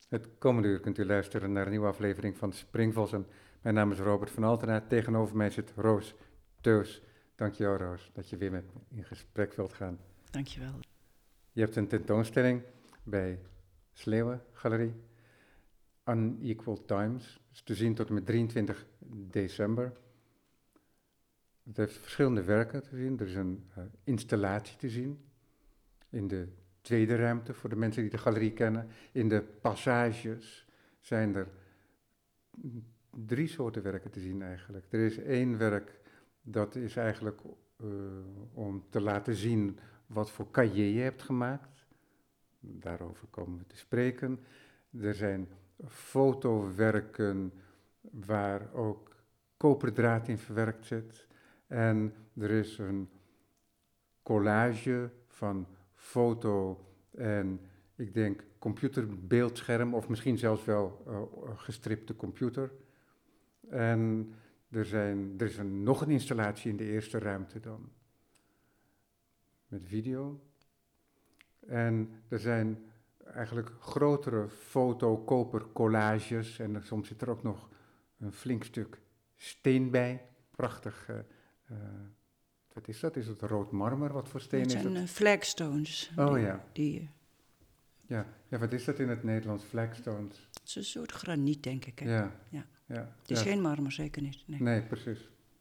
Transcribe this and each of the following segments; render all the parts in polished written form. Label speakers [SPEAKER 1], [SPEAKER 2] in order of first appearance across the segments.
[SPEAKER 1] Het komende uur kunt u luisteren naar een nieuwe aflevering van Springvossen. Mijn naam is Robert van Altena. Tegenover mij zit Roos Teus. Dankjewel, Roos, dat je weer met me in gesprek wilt gaan.
[SPEAKER 2] Dankjewel.
[SPEAKER 1] Je hebt een tentoonstelling bij Sleeuwen Galerie, Unequal Times. Is te zien tot en met 23 december. Het heeft verschillende werken te zien. Er is een installatie te zien in de tweede ruimte voor de mensen die de galerie kennen. In de passages zijn er 3 soorten werken te zien eigenlijk. Er is 1 werk dat is eigenlijk om te laten zien wat voor cahier je hebt gemaakt. Daarover komen we te spreken. Er zijn fotowerken waar ook koperdraad in verwerkt zit. En er is een collage van foto en ik denk computerbeeldscherm of misschien zelfs wel gestripte computer. En er is nog een installatie in de eerste ruimte dan, met video. En er zijn eigenlijk grotere foto-koper-collages en soms zit er ook nog een flink stuk steen bij. Prachtig. Wat is dat? Is het rood marmer? Wat voor steen is het?
[SPEAKER 2] Het zijn flagstones.
[SPEAKER 1] Oh ja.
[SPEAKER 2] Ja,
[SPEAKER 1] wat is dat in het Nederlands? Flagstones?
[SPEAKER 2] het is een soort graniet, denk ik. Hè?
[SPEAKER 1] Ja.
[SPEAKER 2] Het is geen marmer, zeker niet.
[SPEAKER 1] Nee, precies.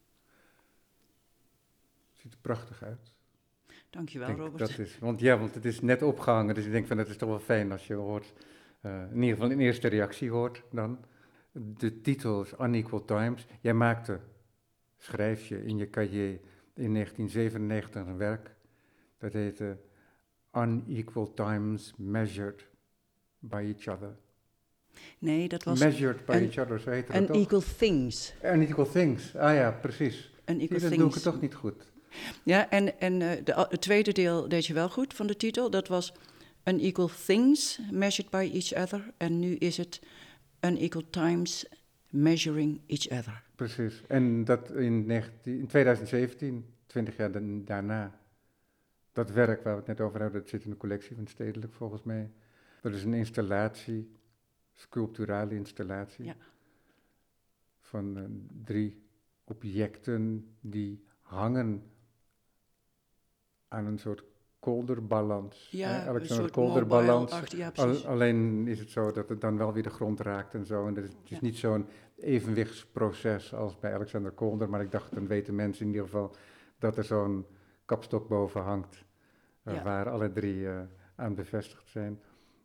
[SPEAKER 1] Het ziet er prachtig uit.
[SPEAKER 2] Dankjewel, Robert.
[SPEAKER 1] Want het is net opgehangen, dus ik denk van het is toch wel fijn als je hoort, in ieder geval een eerste reactie hoort dan. De titel is Unequal Times. Jij schrijf je in je cahier in 1997 een werk, dat heette Unequal Times Measured by Each Other.
[SPEAKER 2] Nee, dat was...
[SPEAKER 1] Measured by Each Other, zo heette dat toch?
[SPEAKER 2] Unequal Things.
[SPEAKER 1] Unequal Things, ja, precies.
[SPEAKER 2] Unequal
[SPEAKER 1] Dan
[SPEAKER 2] Things.
[SPEAKER 1] doe ik het toch niet goed.
[SPEAKER 2] Ja, en het tweede deel deed je wel goed van de titel. Dat was Unequal Things Measured by Each Other. En nu is het Unequal Times Measuring Each Other.
[SPEAKER 1] Precies. En dat in 2017, 20 jaar daarna, dat werk waar we het net over hadden, dat zit in de collectie van Stedelijk volgens mij. Dat is een installatie, sculpturale installatie,
[SPEAKER 2] Ja.
[SPEAKER 1] van 3 objecten die hangen aan een soort kolderbalans.
[SPEAKER 2] Ja,
[SPEAKER 1] een soort
[SPEAKER 2] kolderbalans.
[SPEAKER 1] kolderbalans. Alleen is het zo dat het dan wel weer de grond raakt en zo. En het is niet zo'n evenwichtsproces als bij Alexander Kolder, maar ik dacht, dan weten mensen in ieder geval dat er zo'n kapstok boven hangt, waar alle 3 aan bevestigd zijn.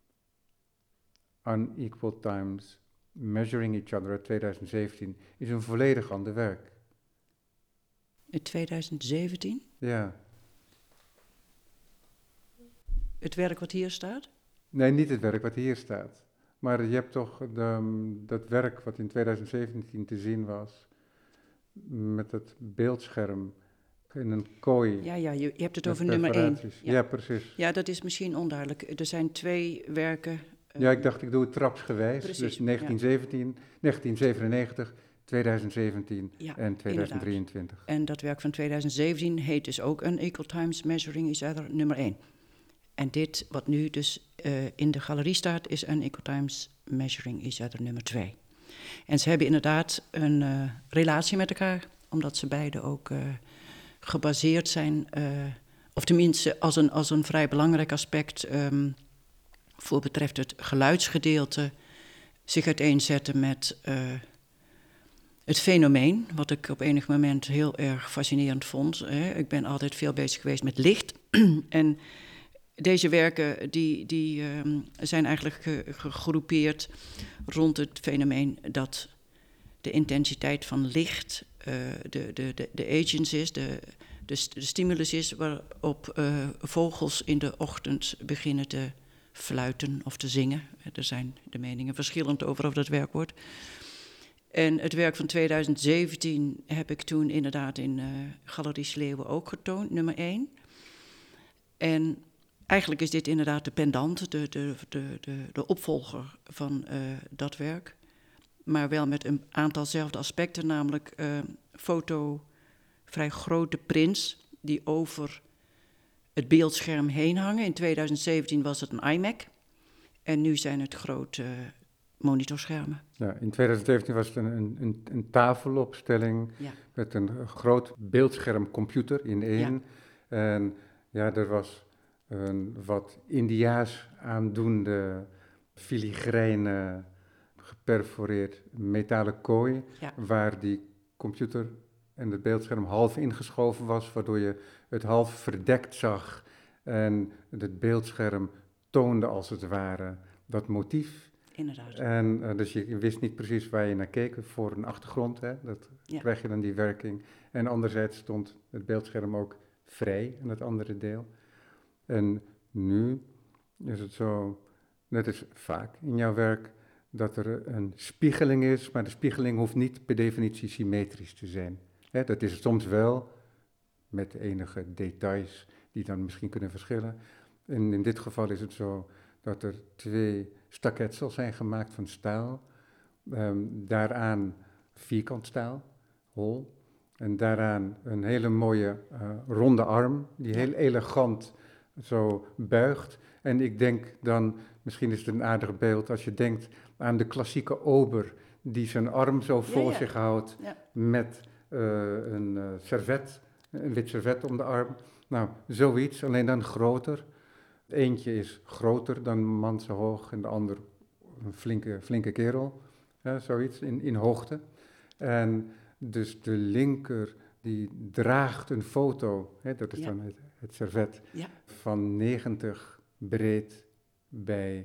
[SPEAKER 1] Unequal Times, Measuring Each Other uit 2017 is een volledig ander werk.
[SPEAKER 2] In 2017?
[SPEAKER 1] Ja.
[SPEAKER 2] Het werk wat hier staat?
[SPEAKER 1] Nee, niet het werk wat hier staat. Maar je hebt toch dat werk wat in 2017 te zien was, met het beeldscherm in een kooi.
[SPEAKER 2] Ja, je hebt het over nummer 1.
[SPEAKER 1] Ja, precies.
[SPEAKER 2] Ja, dat is misschien onduidelijk. Er zijn 2 werken.
[SPEAKER 1] Ja, ik dacht ik doe het trapsgewijs.
[SPEAKER 2] Precies,
[SPEAKER 1] dus 1997, 2017
[SPEAKER 2] Ja,
[SPEAKER 1] en 2023.
[SPEAKER 2] Inderdaad. En dat werk van 2017 heet dus ook Unequal Times Measuring Each Other nummer 1. En dit, wat nu dus in de galerie staat, is Unequal Times Measuring Each Other nummer 2. En ze hebben inderdaad een relatie met elkaar, omdat ze beide ook gebaseerd zijn, of tenminste als een vrij belangrijk aspect voor betreft het geluidsgedeelte, zich uiteenzetten met het fenomeen, wat ik op enig moment heel erg fascinerend vond. Ik ben altijd veel bezig geweest met licht en deze werken die zijn eigenlijk gegroepeerd rond het fenomeen dat de intensiteit van licht de agent is, de stimulus is waarop vogels in de ochtend beginnen te fluiten of te zingen. Er zijn de meningen verschillend over dat werkwoord. En het werk van 2017 heb ik toen inderdaad in Galerie Sleeuwen ook getoond, nummer 1. En eigenlijk is dit inderdaad de pendant, de opvolger van dat werk. Maar wel met een aantalzelfde aspecten, namelijk foto, vrij grote prints die over het beeldscherm heen hangen. In 2017 was het een iMac. En nu zijn het grote monitorschermen.
[SPEAKER 1] Ja, in 2017 was het een tafelopstelling
[SPEAKER 2] Ja.
[SPEAKER 1] met een groot beeldschermcomputer in één.
[SPEAKER 2] Ja.
[SPEAKER 1] En ja, er was een wat Indiaas aandoende filigrijne geperforeerd metalen kooi,
[SPEAKER 2] Ja.
[SPEAKER 1] waar die computer en het beeldscherm half ingeschoven was, waardoor je het half verdekt zag. En het beeldscherm toonde als het ware dat motief.
[SPEAKER 2] Inderdaad.
[SPEAKER 1] En dus je wist niet precies waar je naar keek voor een achtergrond, hè? Dat
[SPEAKER 2] Ja.
[SPEAKER 1] krijg je dan die werking. En anderzijds stond het beeldscherm ook vrij in het andere deel. En nu is het zo, net als vaak in jouw werk, dat er een spiegeling is, maar de spiegeling hoeft niet per definitie symmetrisch te zijn. Hè, dat is het soms wel, met enige details die dan misschien kunnen verschillen. En in dit geval is het zo dat er 2 staketsels zijn gemaakt van staal. Daaraan vierkant staal, hol. En daaraan een hele mooie ronde arm, die heel elegant zo buigt. En ik denk dan, misschien is het een aardig beeld als je denkt aan de klassieke ober die zijn arm zo voor zich houdt met een servet, een wit servet om de arm. Nou, zoiets, alleen dan groter. Eentje is groter dan mansenhoog en de ander een flinke kerel, zoiets in hoogte. En dus de linker die draagt een foto, dat is dan het servet, van 90 breed bij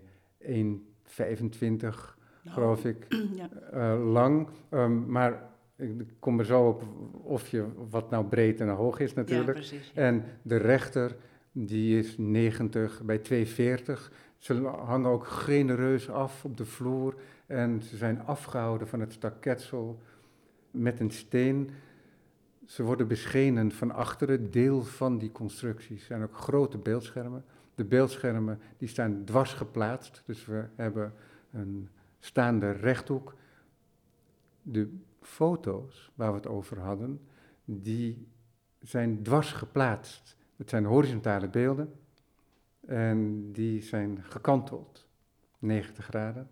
[SPEAKER 1] 1,25 geloof ik, lang. Maar ik kom er zo op wat nou breed en hoog is natuurlijk.
[SPEAKER 2] Ja, precies, ja.
[SPEAKER 1] En de rechter, die is 90 bij 2,40. Ze hangen ook genereus af op de vloer en ze zijn afgehouden van het staketsel met een steen. Ze worden beschenen van achteren, deel van die constructies zijn ook grote beeldschermen. De beeldschermen die staan dwars geplaatst, dus we hebben een staande rechthoek. De foto's waar we het over hadden, die zijn dwars geplaatst. Het zijn horizontale beelden en die zijn gekanteld, 90 graden.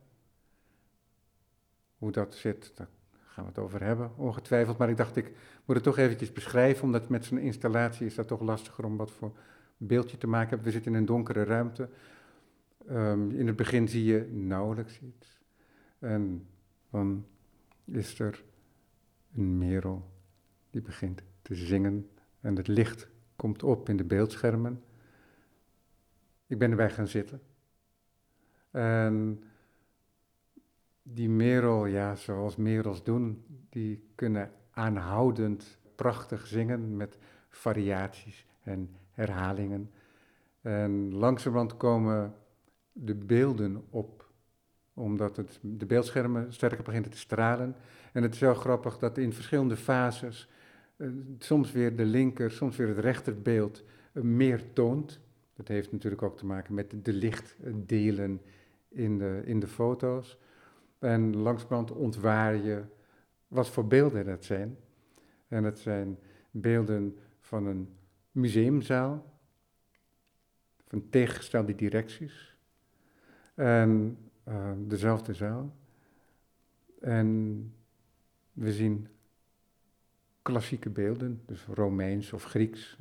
[SPEAKER 1] Hoe dat zit, daar gaan we het over hebben, ongetwijfeld. Maar ik dacht, ik moet het toch eventjes beschrijven, omdat met zo'n installatie is dat toch lastiger om wat voor beeldje te maken hebben. We zitten in een donkere ruimte. In het begin zie je nauwelijks iets. En dan is er een merel die begint te zingen en het licht komt op in de beeldschermen. Ik ben erbij gaan zitten. En die merel, ja, zoals merels doen, die kunnen aanhoudend prachtig zingen met variaties en herhalingen. En langzamerhand komen de beelden op, omdat de beeldschermen sterker beginnen te stralen. En het is wel grappig dat in verschillende fases soms weer de linker, soms weer het rechterbeeld meer toont. Dat heeft natuurlijk ook te maken met de lichtdelen in de foto's. En langzamerhand ontwaar je wat voor beelden dat zijn. En het zijn beelden van een museumzaal, van tegengestelde directies. En dezelfde zaal. En we zien klassieke beelden, dus Romeins of Grieks.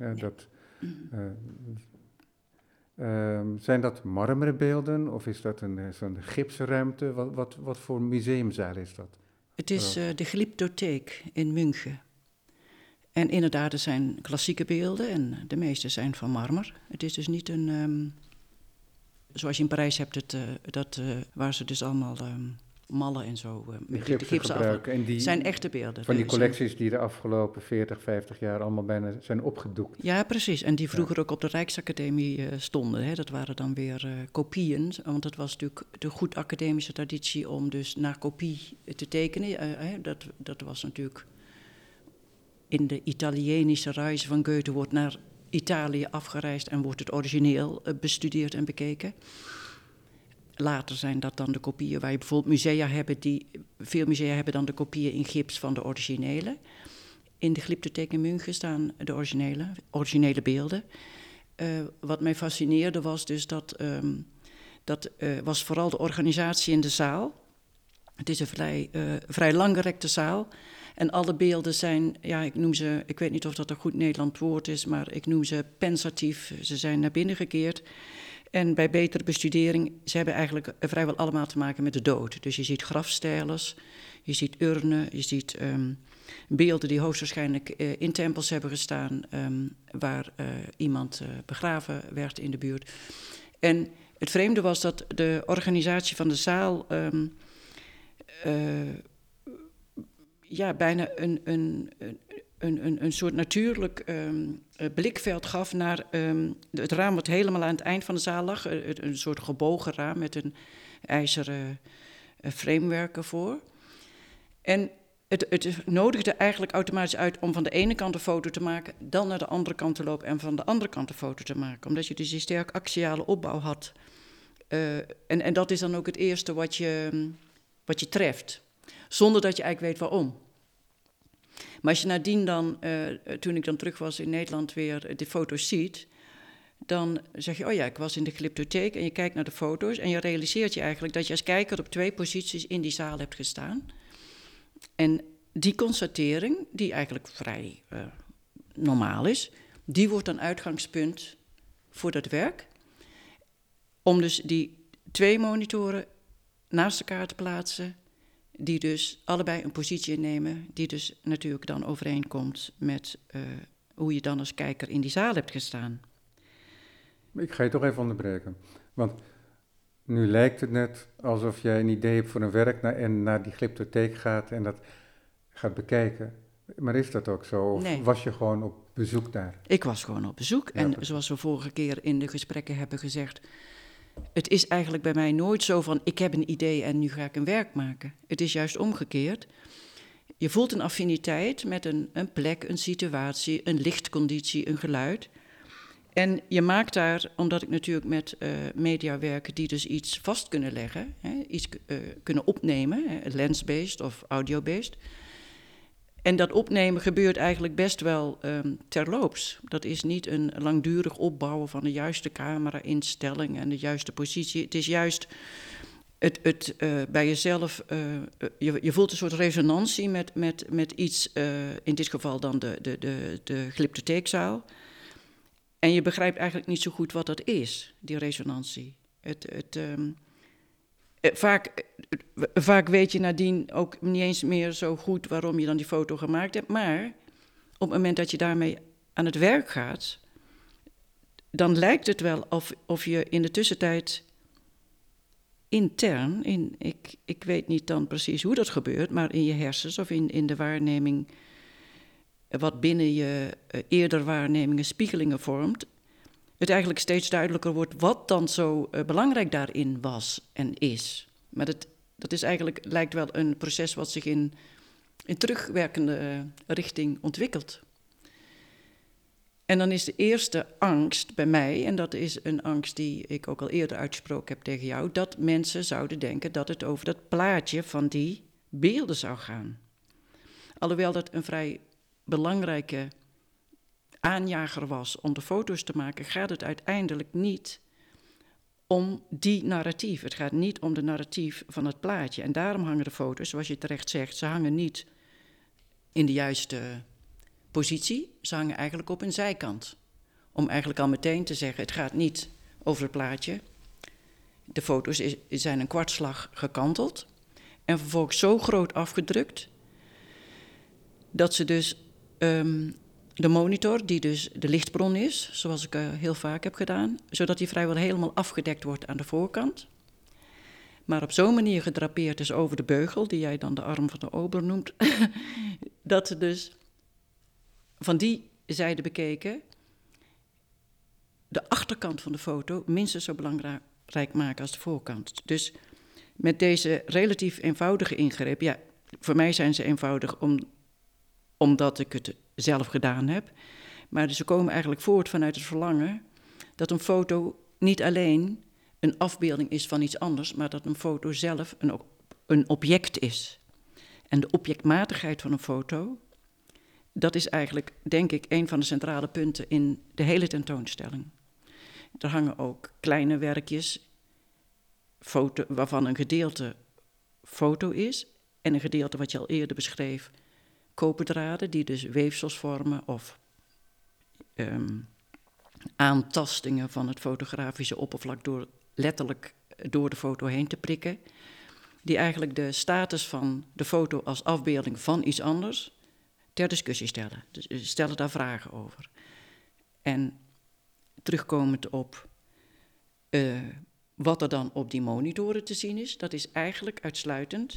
[SPEAKER 1] Zijn dat marmeren beelden of is dat zo'n gipsruimte? Wat voor museumzaal is dat?
[SPEAKER 2] Het is de Glyptotheek in München. En inderdaad, er zijn klassieke beelden en de meeste zijn van marmer. Het is dus niet een... zoals je in Parijs hebt, waar ze dus allemaal mallen en zo...
[SPEAKER 1] de gipsen gebruiken. En die
[SPEAKER 2] zijn echte beelden.
[SPEAKER 1] Van die collecties die de afgelopen 40, 50 jaar allemaal bijna zijn opgedoekt.
[SPEAKER 2] Ja, precies. En die vroeger ook op de Rijksacademie stonden. Hè. Dat waren dan weer kopieën. Want het was natuurlijk de goed academische traditie om dus naar kopie te tekenen. Dat was natuurlijk... In de Italienische reis van Goethe wordt naar Italië afgereisd en wordt het origineel bestudeerd en bekeken. Later zijn dat dan de kopieën waar je bijvoorbeeld musea hebben. Veel musea hebben dan de kopieën in gips van de originele. In de Glyptotheek in München staan de originele beelden. Wat mij fascineerde was dus dat Dat was vooral de organisatie in de zaal. Het is een vrij langgerekte zaal. En alle beelden zijn, ja, ik noem ze, ik weet niet of dat een goed Nederlands woord is, maar ik noem ze pensatief. Ze zijn naar binnen gekeerd. En bij betere bestudering, ze hebben eigenlijk vrijwel allemaal te maken met de dood. Dus je ziet grafstijlers, je ziet urnen, je ziet beelden die hoogstwaarschijnlijk in tempels hebben gestaan, waar iemand begraven werd in de buurt. En het vreemde was dat de organisatie van de zaal bijna een soort natuurlijk blikveld gaf naar het raam wat helemaal aan het eind van de zaal lag. Een soort gebogen raam met een ijzeren framework ervoor. En het nodigde eigenlijk automatisch uit om van de ene kant een foto te maken, dan naar de andere kant te lopen en van de andere kant een foto te maken. Omdat je dus die sterk axiale opbouw had. En dat is dan ook het eerste wat je treft. Zonder dat je eigenlijk weet waarom. Maar als je nadien dan, toen ik dan terug was in Nederland, weer de foto's ziet, dan zeg je, oh ja, ik was in de glyptotheek en je kijkt naar de foto's en je realiseert je eigenlijk dat je als kijker op 2 posities in die zaal hebt gestaan. En die constatering, die eigenlijk vrij normaal is, die wordt dan uitgangspunt voor dat werk. Om dus die 2 monitoren naast elkaar te plaatsen, die dus allebei een positie innemen, die dus natuurlijk dan overeenkomt met hoe je dan als kijker in die zaal hebt gestaan.
[SPEAKER 1] Ik ga je toch even onderbreken, want nu lijkt het net alsof jij een idee hebt voor een werk en naar die glyptotheek gaat en dat gaat bekijken. Maar is dat ook zo? Of
[SPEAKER 2] Nee.
[SPEAKER 1] was je gewoon op bezoek daar?
[SPEAKER 2] Ik was gewoon op bezoek.
[SPEAKER 1] Ja,
[SPEAKER 2] en
[SPEAKER 1] precies.
[SPEAKER 2] zoals we vorige keer in de gesprekken hebben gezegd, het is eigenlijk bij mij nooit zo van, ik heb een idee en nu ga ik een werk maken. Het is juist omgekeerd. Je voelt een affiniteit met een plek, een situatie, een lichtconditie, een geluid. En je maakt daar, omdat ik natuurlijk met media werk die dus iets vast kunnen leggen, iets kunnen opnemen, lens-based of audio-based. En dat opnemen gebeurt eigenlijk best wel terloops. Dat is niet een langdurig opbouwen van de juiste camera-instelling en de juiste positie. Het is juist bij jezelf, je voelt een soort resonantie met iets, in dit geval dan de glyptotheekzaal. En je begrijpt eigenlijk niet zo goed wat dat is, die resonantie. Vaak weet je nadien ook niet eens meer zo goed waarom je dan die foto gemaakt hebt. Maar op het moment dat je daarmee aan het werk gaat, dan lijkt het wel of je in de tussentijd intern, ik weet niet dan precies hoe dat gebeurt, maar in je hersens of in de waarneming, wat binnen je eerder waarnemingen spiegelingen vormt, het eigenlijk steeds duidelijker wordt wat dan zo belangrijk daarin was en is. Maar dat is eigenlijk, lijkt wel een proces wat zich in terugwerkende richting ontwikkelt. En dan is de eerste angst bij mij, en dat is een angst die ik ook al eerder uitgesproken heb tegen jou, dat mensen zouden denken dat het over dat plaatje van die beelden zou gaan. Alhoewel dat een vrij belangrijke aanjager was om de foto's te maken, gaat het uiteindelijk niet om die narratief. Het gaat niet om de narratief van het plaatje. En daarom hangen de foto's, zoals je terecht zegt, ze hangen niet in de juiste positie. Ze hangen eigenlijk op een zijkant. Om eigenlijk al meteen te zeggen, het gaat niet over het plaatje. De foto's zijn een kwartslag gekanteld en vervolgens zo groot afgedrukt dat ze dus de monitor, die dus de lichtbron is, zoals ik heel vaak heb gedaan, zodat die vrijwel helemaal afgedekt wordt aan de voorkant. Maar op zo'n manier gedrapeerd is over de beugel, die jij dan de arm van de ober noemt, dat ze dus van die zijde bekeken de achterkant van de foto minstens zo belangrijk maken als de voorkant. Dus met deze relatief eenvoudige ingreep, ja, voor mij zijn ze eenvoudig omdat ik het zelf gedaan heb. Maar ze komen eigenlijk voort vanuit het verlangen dat een foto niet alleen een afbeelding is van iets anders, maar dat een foto zelf een object is. En de objectmatigheid van een foto, dat is eigenlijk, denk ik, een van de centrale punten in de hele tentoonstelling. Er hangen ook kleine werkjes foto, waarvan een gedeelte foto is en een gedeelte wat je al eerder beschreef, koperdraden die dus weefsels vormen of aantastingen van het fotografische oppervlak door letterlijk door de foto heen te prikken, die eigenlijk de status van de foto als afbeelding van iets anders ter discussie stellen. Dus stellen daar vragen over. En terugkomend op wat er dan op die monitoren te zien is, dat is eigenlijk uitsluitend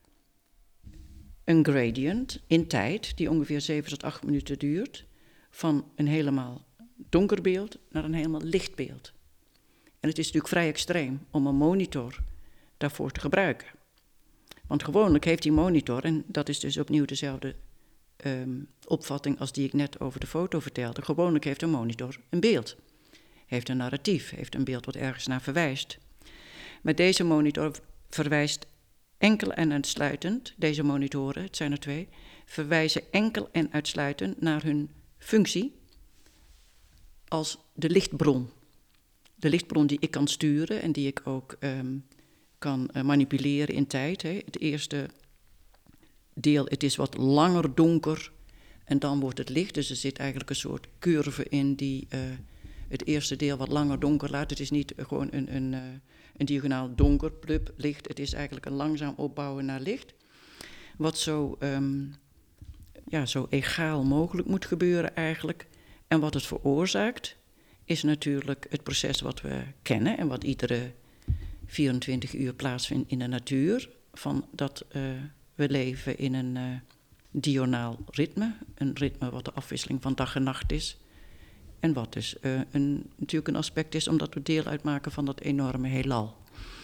[SPEAKER 2] een gradient in tijd, die ongeveer 7 tot 8 minuten duurt, van een helemaal donker beeld naar een helemaal licht beeld. En het is natuurlijk vrij extreem om een monitor daarvoor te gebruiken. Want gewoonlijk heeft die monitor, en dat is dus opnieuw dezelfde opvatting als die ik net over de foto vertelde, gewoonlijk heeft een monitor een beeld. Heeft een narratief, heeft een beeld wat ergens naar verwijst. Maar deze monitor verwijst enkel en uitsluitend, deze monitoren, het zijn er 2, verwijzen enkel en uitsluitend naar hun functie als de lichtbron. De lichtbron die ik kan sturen en die ik ook kan manipuleren in tijd. Hè. Het eerste deel, het is wat langer donker en dan wordt het licht. Dus er zit eigenlijk een soort curve in die het eerste deel wat langer donker laat. Het is niet gewoon een diagonaal donker, plup, licht. Het is eigenlijk een langzaam opbouwen naar licht. Wat zo egaal mogelijk moet gebeuren eigenlijk. En wat het veroorzaakt is natuurlijk het proces wat we kennen en wat iedere 24 uur plaatsvindt in de natuur. Van dat we leven in een diurnaal ritme. Een ritme wat de afwisseling van dag en nacht is. En wat dus natuurlijk een aspect is omdat we deel uitmaken van dat enorme heelal.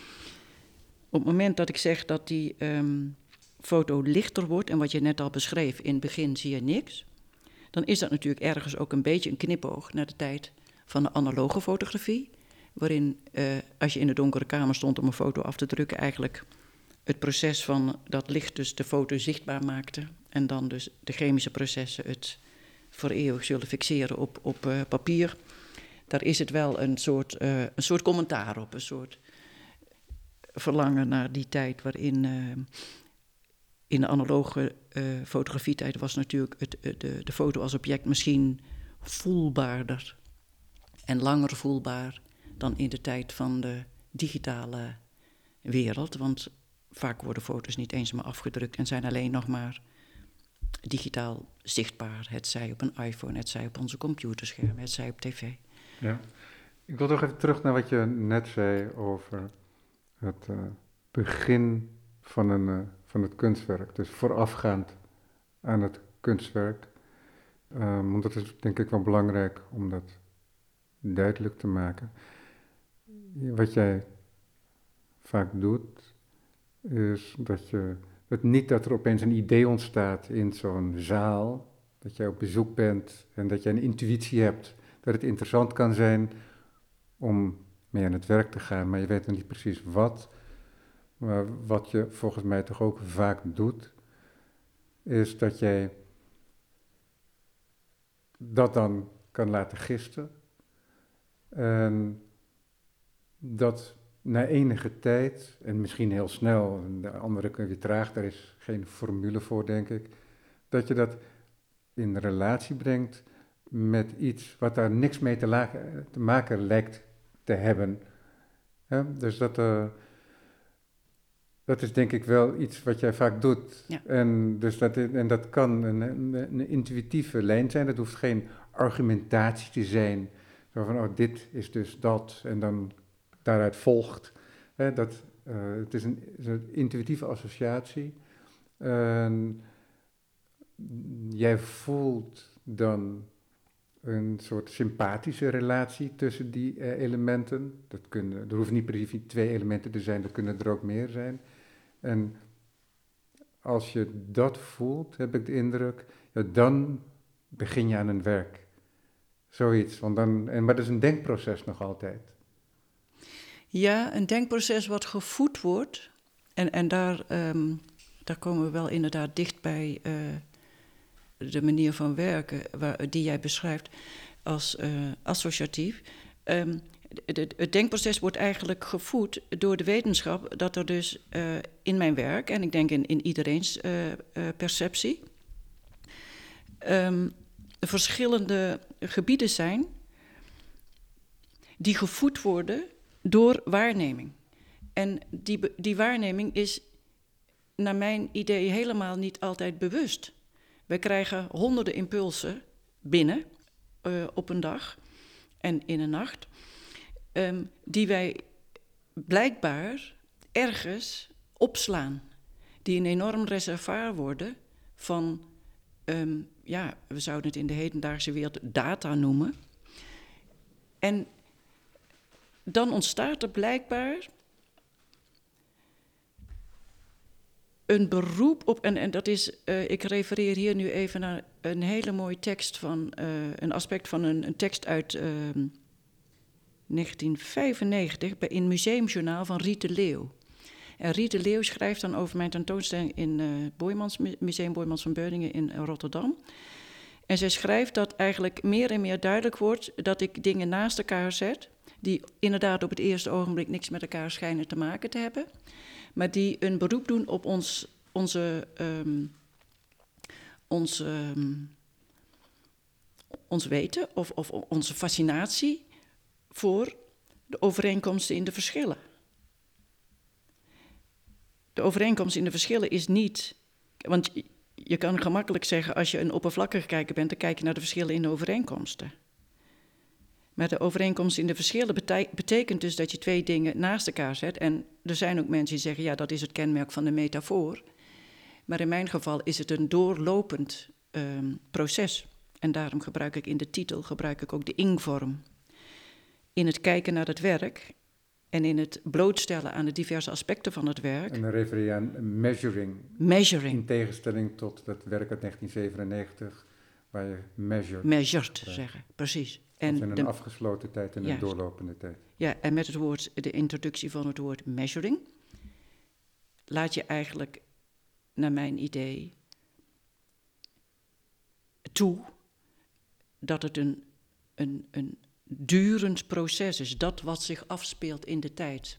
[SPEAKER 2] Op het moment dat ik zeg dat die foto lichter wordt, en wat je net al beschreef, in het begin zie je niks, dan is dat natuurlijk ergens ook een beetje een knipoog naar de tijd van de analoge fotografie, waarin als je in een donkere kamer stond om een foto af te drukken, eigenlijk het proces van dat licht dus de foto zichtbaar maakte en dan dus de chemische processen het voor eeuwig zullen fixeren op papier. Daar is het wel een soort commentaar op, een soort verlangen naar die tijd waarin in de analoge fotografietijd was natuurlijk de foto als object misschien voelbaarder en langer voelbaar dan in de tijd van de digitale wereld. Want vaak worden foto's niet eens meer afgedrukt en zijn alleen nog maar digitaal zichtbaar. Het zij op een iPhone, het zij op onze computerscherm, het zij op tv.
[SPEAKER 1] Ja, ik wil toch even terug naar wat je net zei over het begin van het kunstwerk. Dus voorafgaand aan het kunstwerk. Want dat is denk ik wel belangrijk om dat duidelijk te maken. Wat jij vaak doet, is dat er opeens een idee ontstaat in zo'n zaal, dat jij op bezoek bent en dat jij een intuïtie hebt, dat het interessant kan zijn om mee aan het werk te gaan, maar je weet nog niet precies wat. Maar wat je volgens mij toch ook vaak doet, is dat jij dat dan kan laten gisten. En dat na enige tijd, en misschien heel snel, en de andere kun je weer traag, daar is geen formule voor, denk ik, dat je dat in relatie brengt met iets wat daar niks mee te maken lijkt te hebben. Ja, dus dat is denk ik wel iets wat jij vaak doet.
[SPEAKER 2] Ja.
[SPEAKER 1] En dat kan een intuïtieve lijn zijn, dat hoeft geen argumentatie te zijn. Zo van, oh, dit is dus dat, en dan daaruit volgt. Het is een intuïtieve associatie. Jij voelt dan een soort sympathische relatie tussen die elementen. Er hoeven niet precies 2 elementen te zijn, er kunnen er ook meer zijn. En als je dat voelt, heb ik de indruk, ja, dan begin je aan een werk. Zoiets, maar dat is een denkproces nog altijd.
[SPEAKER 2] Ja, een denkproces wat gevoed wordt. En daar komen we wel inderdaad dicht bij de manier van werken die jij beschrijft als associatief. het denkproces wordt eigenlijk gevoed door de wetenschap dat er dus in mijn werk, en ik denk in iedereens perceptie, verschillende gebieden zijn die gevoed worden door waarneming. En die waarneming is naar mijn idee helemaal niet altijd bewust. We krijgen honderden impulsen binnen op een dag en in een nacht, die wij blijkbaar ergens opslaan. Die een enorm reservoir worden van, we zouden het in de hedendaagse wereld data noemen. En dan ontstaat er blijkbaar een beroep op, en dat is, ik refereer hier nu even naar een hele mooie tekst van, een aspect van een tekst uit 1995 in Museumjournaal van Riet de Leeuw. En Riet de Leeuw schrijft dan over mijn tentoonstelling in Museum Boijmans van Beuningen in Rotterdam. En zij schrijft dat eigenlijk meer en meer duidelijk wordt dat ik dingen naast elkaar zet, die inderdaad op het eerste ogenblik niks met elkaar schijnen te maken te hebben, maar die een beroep doen op ons weten of onze fascinatie voor de overeenkomsten in de verschillen. De overeenkomst in de verschillen is niet, want je kan gemakkelijk zeggen, als je een oppervlakkige kijker bent, dan kijk je naar de verschillen in de overeenkomsten. Maar de overeenkomst in de verschillen betekent dus dat je twee dingen naast elkaar zet. En er zijn ook mensen die zeggen, ja, dat is het kenmerk van de metafoor. Maar in mijn geval is het een doorlopend proces. En daarom gebruik ik in de titel ook de ing-vorm. In het kijken naar het werk en in het blootstellen aan de diverse aspecten van het werk.
[SPEAKER 1] En dan refereer je aan measuring.
[SPEAKER 2] Measuring.
[SPEAKER 1] In tegenstelling tot dat werk uit 1997, waar je
[SPEAKER 2] measured zeggen, precies.
[SPEAKER 1] En in een afgesloten tijd en een doorlopende tijd.
[SPEAKER 2] Ja, en met de introductie van het woord measuring, laat je eigenlijk, naar mijn idee, toe dat het een durend proces is, dat wat zich afspeelt in de tijd.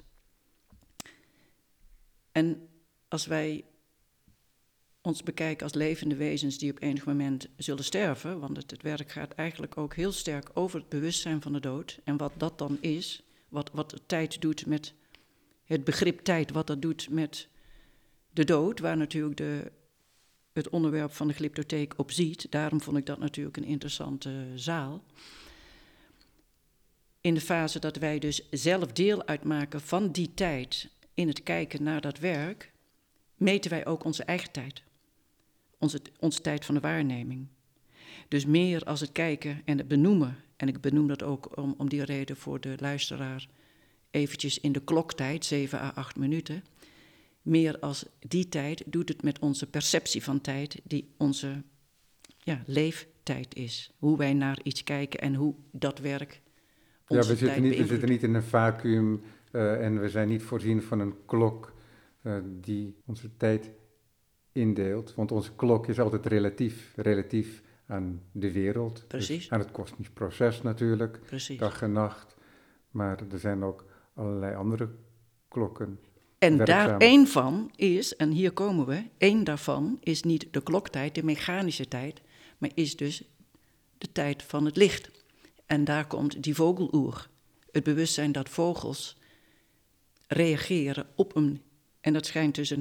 [SPEAKER 2] En als wij ons bekijken als levende wezens die op enig moment zullen sterven, want het werk gaat eigenlijk ook heel sterk over het bewustzijn van de dood en wat dat dan is, wat tijd doet met het begrip tijd, wat dat doet met de dood, waar natuurlijk het onderwerp van de glyptotheek op ziet. Daarom vond ik dat natuurlijk een interessante zaal. In de fase dat wij dus zelf deel uitmaken van die tijd in het kijken naar dat werk, meten wij ook onze eigen tijd. Onze tijd van de waarneming. Dus meer als het kijken en het benoemen, en ik benoem dat ook om die reden voor de luisteraar eventjes in de kloktijd, 7 à 8 minuten. Meer als die tijd doet het met onze perceptie van tijd, die onze leeftijd is. Hoe wij naar iets kijken en hoe dat werk onze tijd beïnvloedt.
[SPEAKER 1] We zitten niet in een vacuüm en we zijn niet voorzien van een klok die onze tijd indeelt. Want onze klok is altijd relatief aan de wereld.
[SPEAKER 2] Precies.
[SPEAKER 1] Dus aan het kosmisch proces natuurlijk,
[SPEAKER 2] Precies.
[SPEAKER 1] Dag en nacht. Maar er zijn ook allerlei andere klokken.
[SPEAKER 2] En daar één van is, en hier komen we, één daarvan is niet de kloktijd, de mechanische tijd, maar is dus de tijd van het licht. En daar komt die vogeloer, het bewustzijn dat vogels reageren op en dat schijnt dus een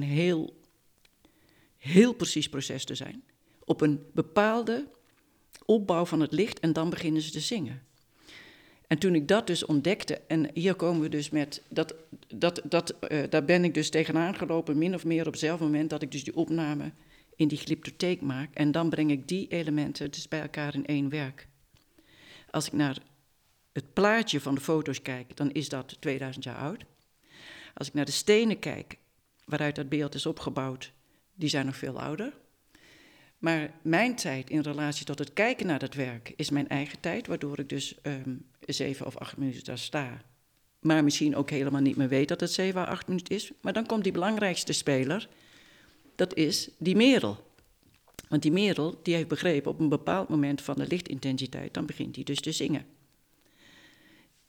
[SPEAKER 2] heel precies proces te zijn, op een bepaalde opbouw van het licht en dan beginnen ze te zingen. En toen ik dat dus ontdekte, en hier komen we dus met, daar ben ik dus tegenaan gelopen, min of meer op hetzelfde moment dat ik dus die opname in die glyptotheek maak. En dan breng ik die elementen dus bij elkaar in één werk. Als ik naar het plaatje van de foto's kijk, dan is dat 2000 jaar oud. Als ik naar de stenen kijk, waaruit dat beeld is opgebouwd, die zijn nog veel ouder. Maar mijn tijd in relatie tot het kijken naar dat werk is mijn eigen tijd, waardoor ik dus 7 of 8 minuten daar sta. Maar misschien ook helemaal niet meer weet dat het 7 à 8 minuten is. Maar dan komt die belangrijkste speler, dat is die merel. Want die merel, die heeft begrepen op een bepaald moment van de lichtintensiteit, dan begint hij dus te zingen.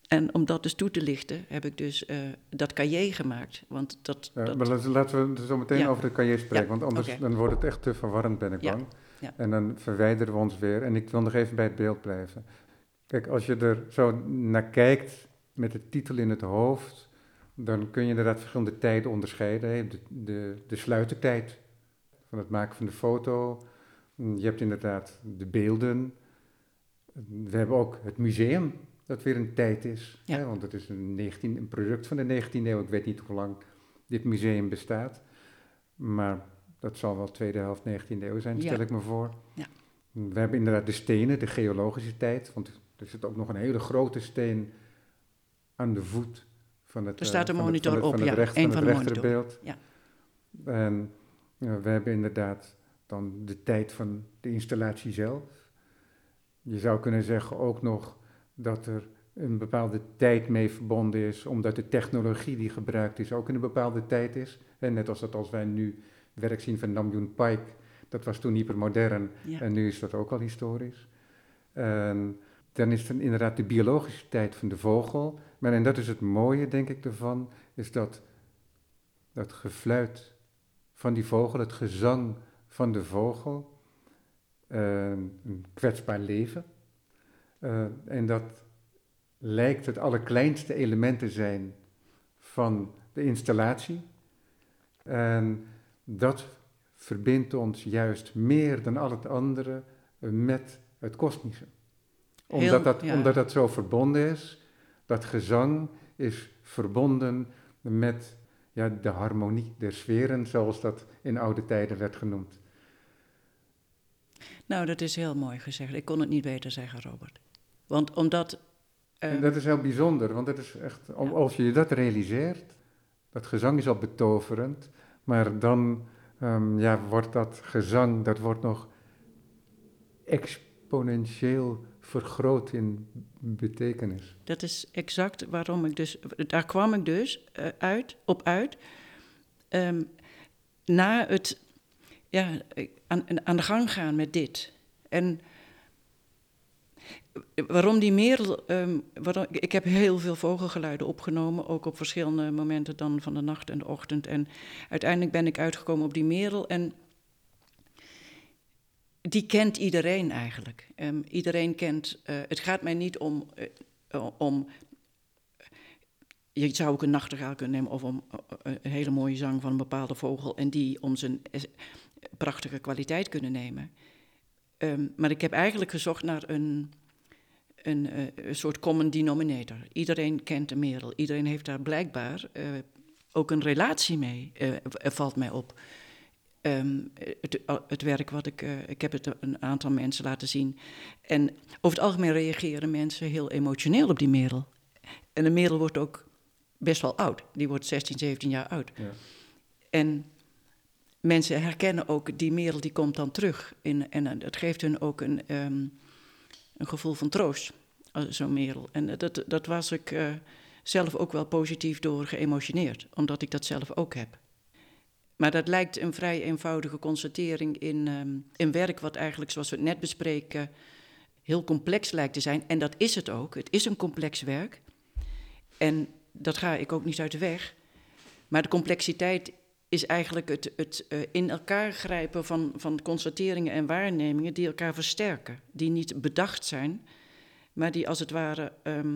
[SPEAKER 2] En om dat dus toe te lichten, heb ik dus dat cahier gemaakt. Want
[SPEAKER 1] maar laten we zo meteen over de cahier spreken, want anders dan wordt het echt te verwarrend, ben ik bang.
[SPEAKER 2] Ja.
[SPEAKER 1] En dan verwijderen we ons weer. En ik wil nog even bij het beeld blijven. Kijk, als je er zo naar kijkt met de titel in het hoofd, dan kun je inderdaad verschillende tijden onderscheiden. Hè? De sluitertijd van het maken van de foto. Je hebt inderdaad de beelden. We hebben ook het museum, dat weer een tijd is.
[SPEAKER 2] Ja.
[SPEAKER 1] Hè? Want het is een product van de 19e eeuw. Ik weet niet hoe lang dit museum bestaat. Maar dat zal wel tweede helft 19e eeuw zijn, stel ik me voor.
[SPEAKER 2] Ja.
[SPEAKER 1] We hebben inderdaad de stenen, de geologische tijd. Want er zit ook nog een hele grote steen aan de voet van het,
[SPEAKER 2] er staat een monitor op, een van de
[SPEAKER 1] rechterbeeld.
[SPEAKER 2] Ja.
[SPEAKER 1] En we hebben inderdaad dan de tijd van de installatie zelf. Je zou kunnen zeggen ook nog dat er een bepaalde tijd mee verbonden is, omdat de technologie die gebruikt is ook in een bepaalde tijd is. En net als wij nu werk zien van Nam June Paik, dat was toen hypermodern en nu is dat ook al historisch. En dan is er inderdaad de biologische tijd van de vogel. Maar en dat is het mooie, denk ik, ervan, is dat gefluit van die vogel, het gezang van de vogel, een kwetsbaar leven. En dat lijkt het allerkleinste element te zijn van de installatie. En dat verbindt ons juist meer dan al het andere met het kosmische. Omdat dat zo verbonden is, dat gezang is verbonden met de harmonie der sferen, zoals dat in oude tijden werd genoemd.
[SPEAKER 2] Nou, dat is heel mooi gezegd. Ik kon het niet beter zeggen, Robert. Want omdat...
[SPEAKER 1] En dat is heel bijzonder, want het is echt, als je dat realiseert, dat gezang is al betoverend, maar dan wordt dat gezang, dat wordt nog exponentieel vergroot in betekenis.
[SPEAKER 2] Dat is exact waarom ik dus, daar kwam ik dus op uit, na het aan de gang gaan met dit. En waarom die merel, ik heb heel veel vogelgeluiden opgenomen, ook op verschillende momenten dan van de nacht en de ochtend. En uiteindelijk ben ik uitgekomen op die merel en die kent iedereen eigenlijk. Iedereen kent, het gaat mij niet om je zou ook een nachtegaal kunnen nemen of om een hele mooie zang van een bepaalde vogel en die om zijn prachtige kwaliteit kunnen nemen. Maar ik heb eigenlijk gezocht naar een soort common denominator. Iedereen kent de merel. Iedereen heeft daar blijkbaar ook een relatie mee, valt mij op. Het werk wat ik heb het een aantal mensen laten zien. En over het algemeen reageren mensen heel emotioneel op die merel. En de merel wordt ook best wel oud. Die wordt 16, 17 jaar oud. Ja. En mensen herkennen ook, die merel die komt dan terug. En dat geeft hun ook een gevoel van troost, zo'n merel. En dat was ik zelf ook wel positief door geëmotioneerd, omdat ik dat zelf ook heb. Maar dat lijkt een vrij eenvoudige constatering in werk wat eigenlijk, zoals we het net bespreken, heel complex lijkt te zijn. En dat is het ook. Het is een complex werk. En dat ga ik ook niet uit de weg. Maar de complexiteit is eigenlijk het in elkaar grijpen van constateringen en waarnemingen die elkaar versterken. Die niet bedacht zijn, maar die als het ware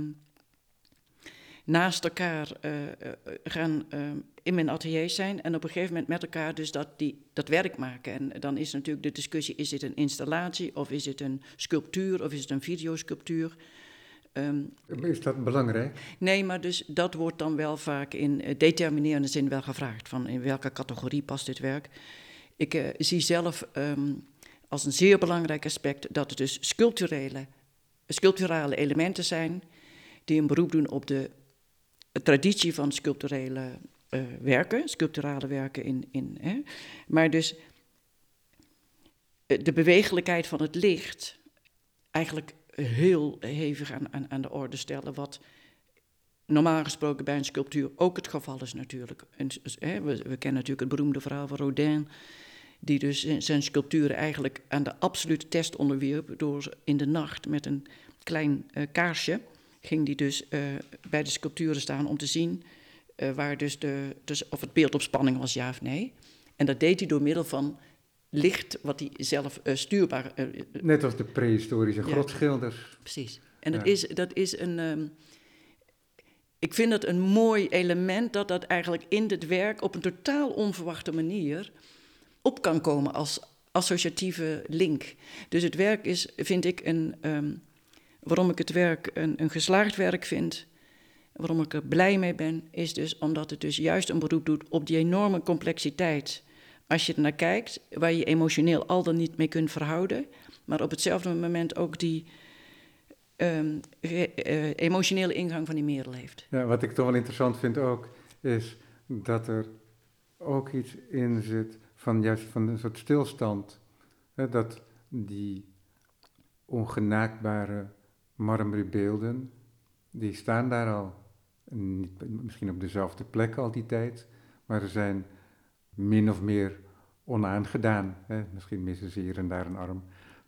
[SPEAKER 2] naast elkaar gaan in mijn atelier zijn en op een gegeven moment met elkaar dus dat werk maken. En dan is natuurlijk de discussie, is dit een installatie of is het een sculptuur of is het een videosculptuur?
[SPEAKER 1] Is dat belangrijk?
[SPEAKER 2] Nee, maar dus dat wordt dan wel vaak in determinerende zin wel gevraagd. Van in welke categorie past dit werk? Ik zie zelf als een zeer belangrijk aspect dat het dus sculpturale elementen zijn die een beroep doen op de traditie van sculpturale werken maar dus de bewegelijkheid van het licht eigenlijk heel hevig aan de orde stellen, wat normaal gesproken bij een sculptuur ook het geval is natuurlijk. En, we kennen natuurlijk het beroemde verhaal van Rodin, die dus zijn sculpturen eigenlijk aan de absolute test onderwierp door in de nacht met een klein kaarsje ging hij dus bij de sculpturen staan om te zien waar dus of het beeld op spanning was, ja of nee. En dat deed hij door middel van licht, wat hij zelf stuurbaar...
[SPEAKER 1] Net als de prehistorische grotschilders.
[SPEAKER 2] Precies. En dat is een... ik vind dat een mooi element dat eigenlijk in dit werk op een totaal onverwachte manier op kan komen als associatieve link. Dus het werk is, vind ik, waarom ik het werk een geslaagd werk vind, waarom ik er blij mee ben, is dus omdat het dus juist een beroep doet op die enorme complexiteit. Als je er naar kijkt, waar je emotioneel al dan niet mee kunt verhouden, maar op hetzelfde moment ook die emotionele ingang van die Merel heeft.
[SPEAKER 1] Ja, wat ik toch wel interessant vind ook, is dat er ook iets in zit van juist van een soort stilstand. Hè, dat die ongenaakbare marmeren beelden, die staan daar al. Niet, misschien op dezelfde plek al die tijd, maar ze zijn min of meer onaangedaan. Hè. Misschien missen ze hier en daar een arm.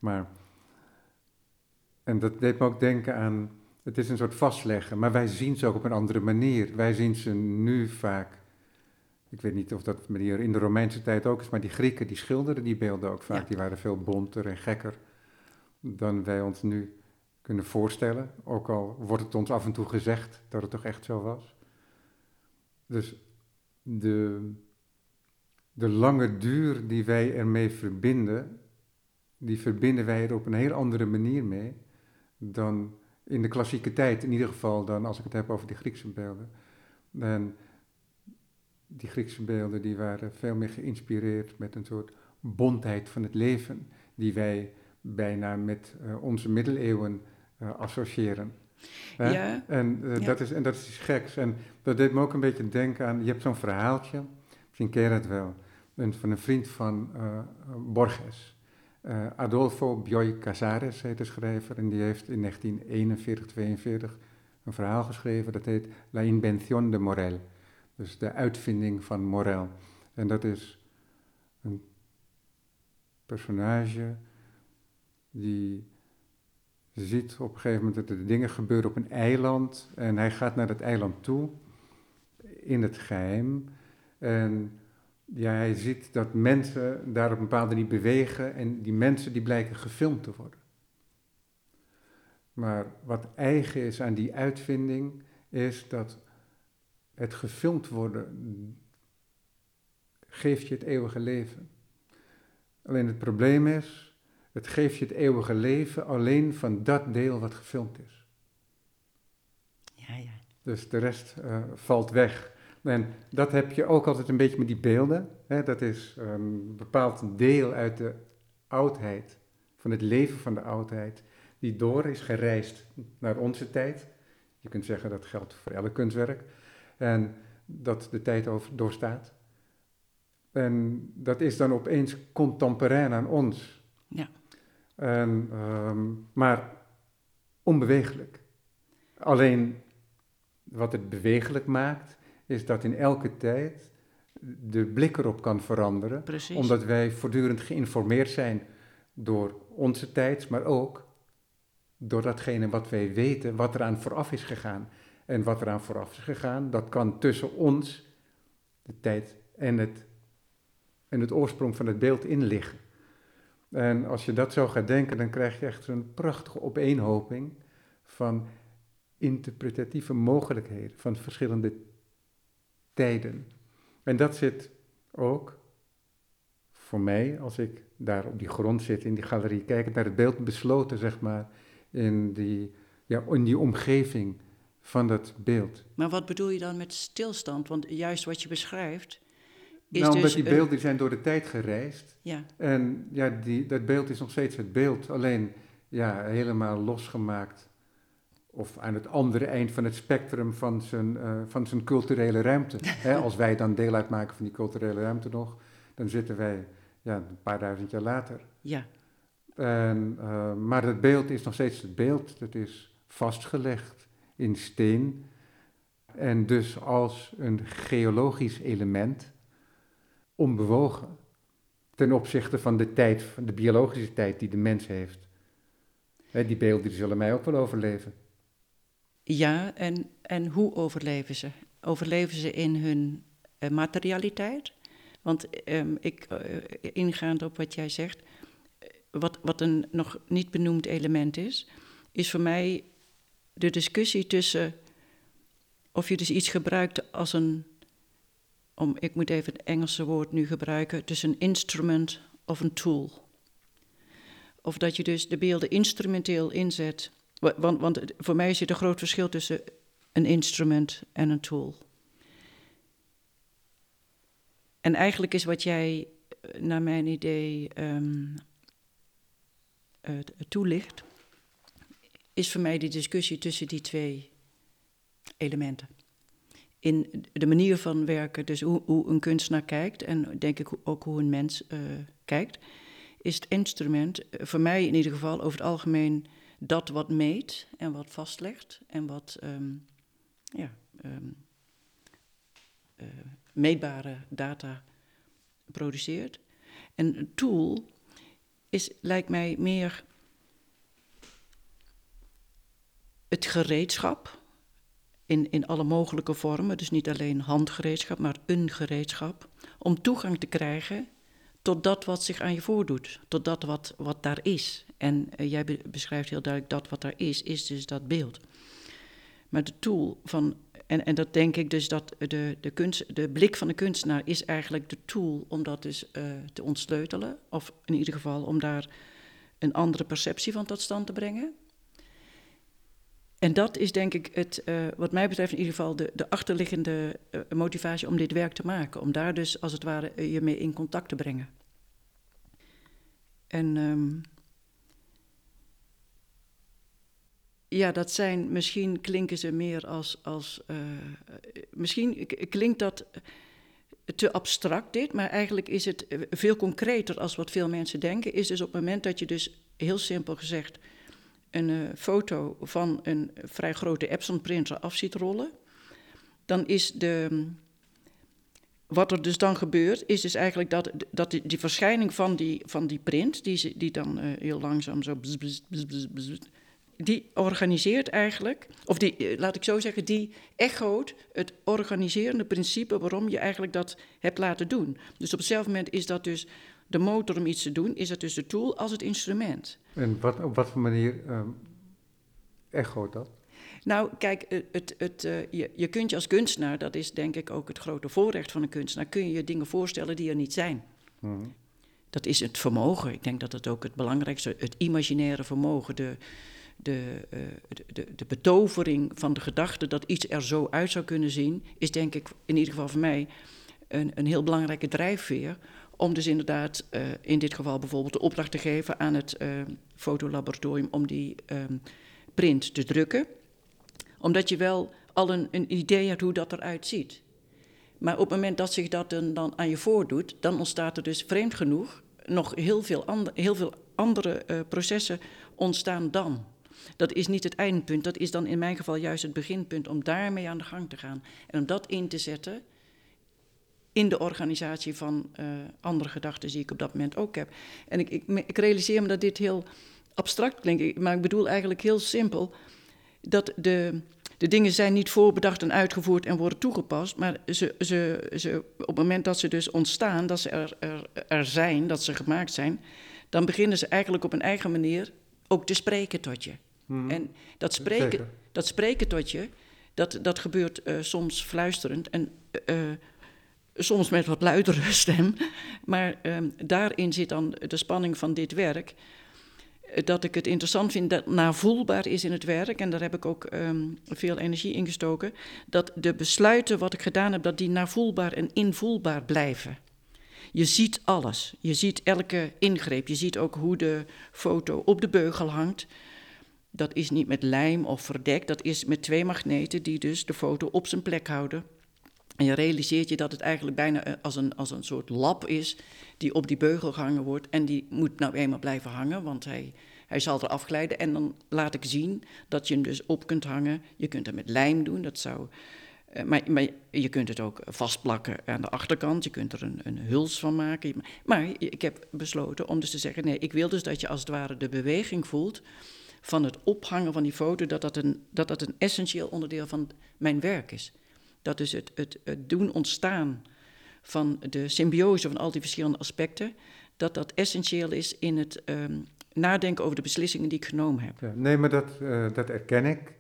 [SPEAKER 1] En dat deed me ook denken aan, het is een soort vastleggen, maar wij zien ze ook op een andere manier. Wij zien ze nu vaak, ik weet niet of dat manier in de Romeinse tijd ook is, maar die Grieken die schilderden die beelden ook vaak. Ja. Die waren veel bonter en gekker dan wij ons nu kunnen voorstellen. Ook al wordt het ons af en toe gezegd dat het toch echt zo was. Dus de lange duur die wij ermee verbinden, die verbinden wij er op een heel andere manier mee dan in de klassieke tijd. In ieder geval dan als ik het heb over die Griekse beelden. En die Griekse beelden die waren veel meer geïnspireerd met een soort bontheid van het leven, die wij bijna met onze middeleeuwen associëren.
[SPEAKER 2] Ja.
[SPEAKER 1] Dat is iets geks. En dat deed me ook een beetje denken aan, je hebt zo'n verhaaltje, misschien ken je dat wel, van een vriend van Borges. Adolfo Bioy Casares heet de schrijver en die heeft in 1941-42 een verhaal geschreven dat heet La Invención de Morel. Dus de uitvinding van Morel. En dat is een personage die ziet op een gegeven moment dat er dingen gebeuren op een eiland. En hij gaat naar dat eiland toe, in het geheim. En ja, hij ziet dat mensen daar op een bepaalde manier bewegen. En die mensen die blijken gefilmd te worden. Maar wat eigen is aan die uitvinding, is dat het gefilmd worden geeft je het eeuwige leven. Alleen het probleem is, het geeft je het eeuwige leven alleen van dat deel wat gefilmd is.
[SPEAKER 2] Ja.
[SPEAKER 1] Dus de rest valt weg. En dat heb je ook altijd een beetje met die beelden. Hè? Dat is een bepaald deel uit de oudheid, van het leven van de oudheid, die door is gereisd naar onze tijd. Je kunt zeggen dat geldt voor elk kunstwerk. En dat de tijd doorstaat. En dat is dan opeens contemporain aan ons.
[SPEAKER 2] Ja.
[SPEAKER 1] Maar onbewegelijk. Alleen wat het bewegelijk maakt, is dat in elke tijd de blik erop kan veranderen.
[SPEAKER 2] Precies.
[SPEAKER 1] Omdat wij voortdurend geïnformeerd zijn door onze tijd, maar ook door datgene wat wij weten, wat eraan vooraf is gegaan. En wat eraan vooraf is gegaan, dat kan tussen ons, de tijd en het oorsprong van het beeld in liggen. En als je dat zo gaat denken, dan krijg je echt een prachtige opeenhoping van interpretatieve mogelijkheden, van verschillende tijden. En dat zit ook voor mij, als ik daar op die grond zit, in die galerie, kijkend naar het beeld, besloten, zeg maar, in die omgeving van dat beeld.
[SPEAKER 2] Maar wat bedoel je dan met stilstand? Want juist wat je beschrijft is
[SPEAKER 1] omdat
[SPEAKER 2] dus
[SPEAKER 1] die beelden zijn door de tijd gereisd.
[SPEAKER 2] Ja.
[SPEAKER 1] En ja, dat beeld is nog steeds het beeld, alleen helemaal losgemaakt. Of aan het andere eind van het spectrum van zijn culturele ruimte. Als wij dan deel uitmaken van die culturele ruimte nog, dan zitten wij een paar duizend jaar later.
[SPEAKER 2] Ja.
[SPEAKER 1] Maar het beeld is nog steeds het beeld. Het is vastgelegd in steen. En dus als een geologisch element, onbewogen. Ten opzichte van de tijd, van de biologische tijd die de mens heeft. Die beelden die zullen mij ook wel overleven.
[SPEAKER 2] Ja, en hoe overleven ze? Overleven ze in hun materialiteit? Want ingaand op wat jij zegt, wat een nog niet benoemd element is voor mij de discussie tussen of je dus iets gebruikt als ik moet even het Engelse woord nu gebruiken, tussen een instrument of een tool. Of dat je dus de beelden instrumenteel inzet. Want voor mij zit een groot verschil tussen een instrument en een tool. En eigenlijk is wat jij, naar mijn idee, toelicht, is voor mij die discussie tussen die twee elementen. In de manier van werken, dus hoe een kunstenaar kijkt en denk ik ook hoe een mens kijkt, is het instrument voor mij in ieder geval over het algemeen dat wat meet en wat vastlegt en wat meetbare data produceert. En een tool lijkt mij meer het gereedschap in alle mogelijke vormen, dus niet alleen handgereedschap, maar een gereedschap, om toegang te krijgen tot dat wat zich aan je voordoet, tot dat wat daar is. En jij beschrijft heel duidelijk dat wat daar is dus dat beeld. Maar de tool van, en dat denk ik dus dat de blik van de kunstenaar is eigenlijk de tool om dat dus te ontsleutelen, of in ieder geval om daar een andere perceptie van tot stand te brengen. En dat is denk ik wat mij betreft in ieder geval de achterliggende motivatie om dit werk te maken. Om daar dus als het ware je mee in contact te brengen. En dat zijn, misschien klinken ze meer misschien klinkt dat te abstract dit, maar eigenlijk is het veel concreter als wat veel mensen denken. Is dus op het moment dat je dus heel simpel gezegd een foto van een vrij grote Epson-printer af ziet rollen, dan is wat er dus dan gebeurt, is dus eigenlijk dat die verschijning van die print, die dan heel langzaam zo die organiseert eigenlijk, of laat ik zo zeggen, die echoot het organiserende principe waarom je eigenlijk dat hebt laten doen. Dus op hetzelfde moment is dat dus de motor om iets te doen, is dat dus de tool als het instrument.
[SPEAKER 1] En op wat voor manier echoot dat?
[SPEAKER 2] Nou, kijk, je kunt je als kunstenaar, dat is denk ik ook het grote voorrecht van een kunstenaar, kun je je dingen voorstellen die er niet zijn. Mm-hmm. Dat is het vermogen. Ik denk dat het ook het belangrijkste, het imaginaire vermogen, de betovering van de gedachte dat iets er zo uit zou kunnen zien, is denk ik in ieder geval voor mij een heel belangrijke drijfveer. Om dus inderdaad in dit geval bijvoorbeeld de opdracht te geven aan het fotolaboratorium om die print te drukken. Omdat je wel al een idee hebt hoe dat eruit ziet. Maar op het moment dat zich dat dan aan je voordoet, dan ontstaat er dus vreemd genoeg nog heel veel andere processen ontstaan dan. Dat is niet het eindpunt, dat is dan in mijn geval juist het beginpunt om daarmee aan de gang te gaan. En om dat in te zetten in de organisatie van andere gedachten die ik op dat moment ook heb. En ik realiseer me dat dit heel abstract klinkt, maar ik bedoel eigenlijk heel simpel dat de dingen zijn niet voorbedacht en uitgevoerd en worden toegepast, maar ze op het moment dat ze dus ontstaan, dat ze er zijn, dat ze gemaakt zijn, dan beginnen ze eigenlijk op een eigen manier ook te spreken tot je. Mm-hmm. En dat spreken tot je, dat gebeurt soms fluisterend en soms met wat luidere stem, maar daarin zit dan de spanning van dit werk, dat ik het interessant vind dat navoelbaar is in het werk, en daar heb ik ook veel energie in gestoken, dat de besluiten wat ik gedaan heb, dat die navoelbaar en invoelbaar blijven. Je ziet alles, je ziet elke ingreep, je ziet ook hoe de foto op de beugel hangt. Dat is niet met lijm of verdekt, dat is met 2 magneten die dus de foto op zijn plek houden. En je realiseert je dat het eigenlijk bijna als een soort lap is die op die beugel gehangen wordt. En die moet nou eenmaal blijven hangen, want hij zal er afglijden. En dan laat ik zien dat je hem dus op kunt hangen. Je kunt het met lijm doen, maar je kunt het ook vastplakken aan de achterkant. Je kunt er een huls van maken. Maar ik heb besloten om dus te zeggen, nee, ik wil dus dat je als het ware de beweging voelt van het ophangen van die foto, dat een essentieel onderdeel van mijn werk is. Dat is het doen ontstaan van de symbiose van al die verschillende aspecten, dat essentieel is in het nadenken over de beslissingen die ik genomen heb.
[SPEAKER 1] Ja, nee, maar dat erken ik.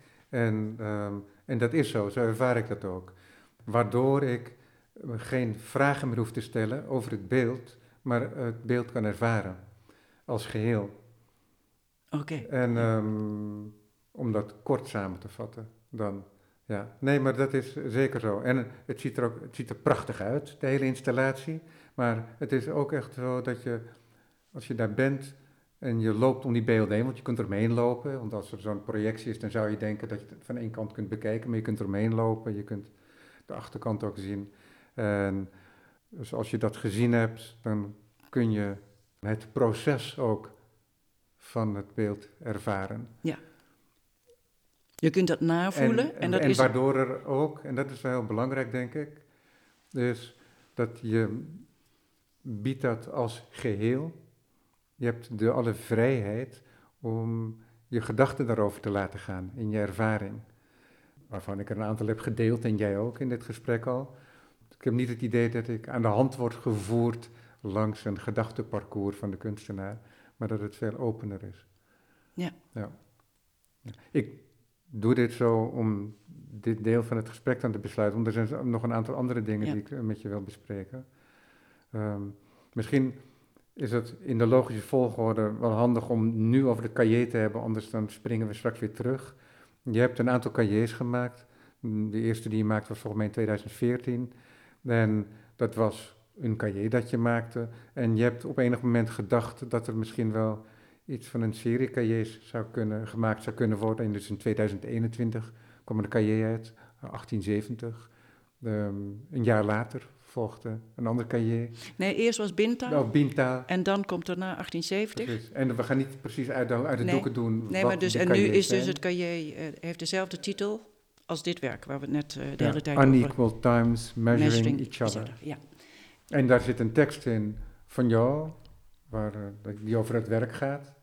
[SPEAKER 1] En dat is zo ervaar ik dat ook. Waardoor ik geen vragen meer hoef te stellen over het beeld, maar het beeld kan ervaren als geheel.
[SPEAKER 2] Oké.
[SPEAKER 1] En om dat kort samen te vatten, dan ja. Nee, maar dat is zeker zo. En het ziet er prachtig uit, de hele installatie. Maar het is ook echt zo dat je, als je daar bent en je loopt om die beelden heen, want je kunt er omheen lopen. Want als er zo'n projectie is, dan zou je denken dat je het van één kant kunt bekijken, maar je kunt er omheen lopen. Je kunt de achterkant ook zien. En dus als je dat gezien hebt, dan kun je het proces ook van het beeld ervaren.
[SPEAKER 2] Ja. Je kunt dat navoelen.
[SPEAKER 1] En waardoor er ook, en dat is wel heel belangrijk denk ik, dus dat je biedt dat als geheel. Je hebt alle vrijheid om je gedachten daarover te laten gaan in je ervaring. Waarvan ik er een aantal heb gedeeld en jij ook in dit gesprek al. Ik heb niet het idee dat ik aan de hand word gevoerd langs een gedachtenparcours van de kunstenaar, maar dat het veel opener is.
[SPEAKER 2] Ja.
[SPEAKER 1] Ik doe dit zo om dit deel van het gesprek dan te besluiten, want er zijn nog een aantal andere dingen die ik met je wil bespreken. Misschien is het in de logische volgorde wel handig om nu over de cahier te hebben, anders dan springen we straks weer terug. Je hebt een aantal cahiers gemaakt. De eerste die je maakte was volgens mij in 2014. En dat was een cahier dat je maakte. En je hebt op enig moment gedacht dat er misschien wel iets van een serie cahiers gemaakt zou kunnen worden. En dus in 2021 kwam er een cahier uit, 1870. Een jaar later volgde een ander cahier.
[SPEAKER 2] Nee, eerst was Bintaal.
[SPEAKER 1] Oh, Bintaal.
[SPEAKER 2] En dan komt er na 1870.
[SPEAKER 1] Precies. En we gaan niet precies uit de doeken doen.
[SPEAKER 2] Nee, maar dus, en nu is dus het cahier, heeft dezelfde titel als dit werk, waar we het net de hele tijd over...
[SPEAKER 1] Unequal Times Measuring Each Other.
[SPEAKER 2] Ja.
[SPEAKER 1] En daar zit een tekst in van jou, die over het werk gaat.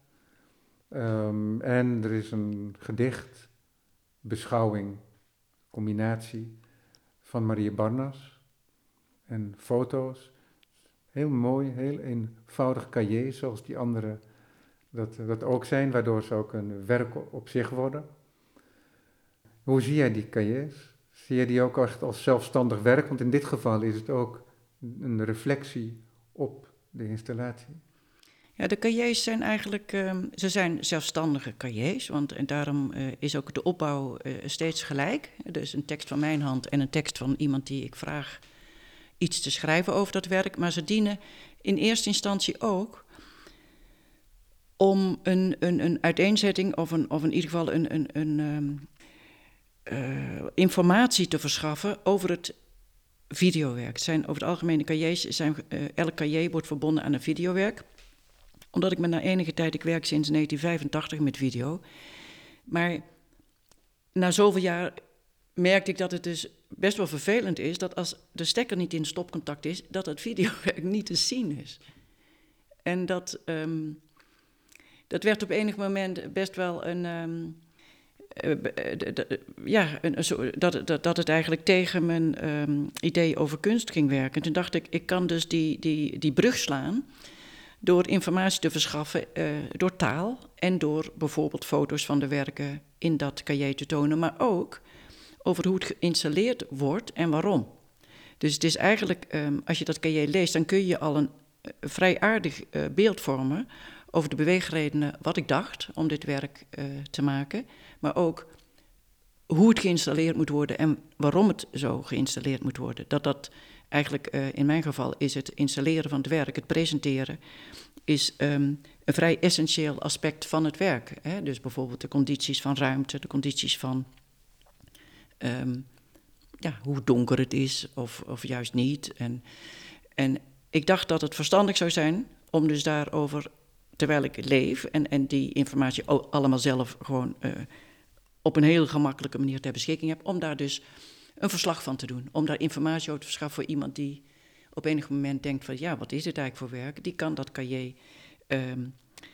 [SPEAKER 1] En er is een gedicht, beschouwing, combinatie van Marie Barnas en foto's. Heel mooi, heel eenvoudig cahier, zoals die andere dat ook zijn, waardoor ze ook een werk op zich worden. Hoe zie jij die cahiers? Zie jij die ook echt als zelfstandig werk? Want in dit geval is het ook een reflectie op de installatie.
[SPEAKER 2] Ja, de cahiers zijn eigenlijk, ze zijn zelfstandige cahiers, en daarom is ook de opbouw steeds gelijk. Dus een tekst van mijn hand en een tekst van iemand die ik vraag iets te schrijven over dat werk. Maar ze dienen in eerste instantie ook om een uiteenzetting of in ieder geval informatie te verschaffen over het videowerk. Het zijn over het algemeen cahiers, elk cahier wordt verbonden aan een videowerk. Omdat ik na enige tijd, ik werk sinds 1985 met video. Maar na zoveel jaar merkte ik dat het dus best wel vervelend is dat als de stekker niet in stopcontact is, dat het videowerk niet te zien is. En dat werd op enig moment best wel dat het eigenlijk tegen mijn idee over kunst ging werken. En toen dacht ik kan dus die brug slaan door informatie te verschaffen door taal en door bijvoorbeeld foto's van de werken in dat cahier te tonen, maar ook over hoe het geïnstalleerd wordt en waarom. Dus het is eigenlijk, als je dat cahier leest, dan kun je al een vrij aardig beeld vormen over de beweegredenen wat ik dacht om dit werk te maken, maar ook hoe het geïnstalleerd moet worden en waarom het zo geïnstalleerd moet worden. Dat eigenlijk in mijn geval is het installeren van het werk, het presenteren, is een vrij essentieel aspect van het werk. Hè? Dus bijvoorbeeld de condities van ruimte, de condities van hoe donker het is of juist niet. En ik dacht dat het verstandig zou zijn om dus daarover, terwijl ik leef en die informatie allemaal zelf gewoon op een heel gemakkelijke manier ter beschikking heb, om daar dus een verslag van te doen. Om daar informatie over te verschaffen voor iemand die op enig moment denkt van ja, wat is dit eigenlijk voor werk? Die kan dat cahier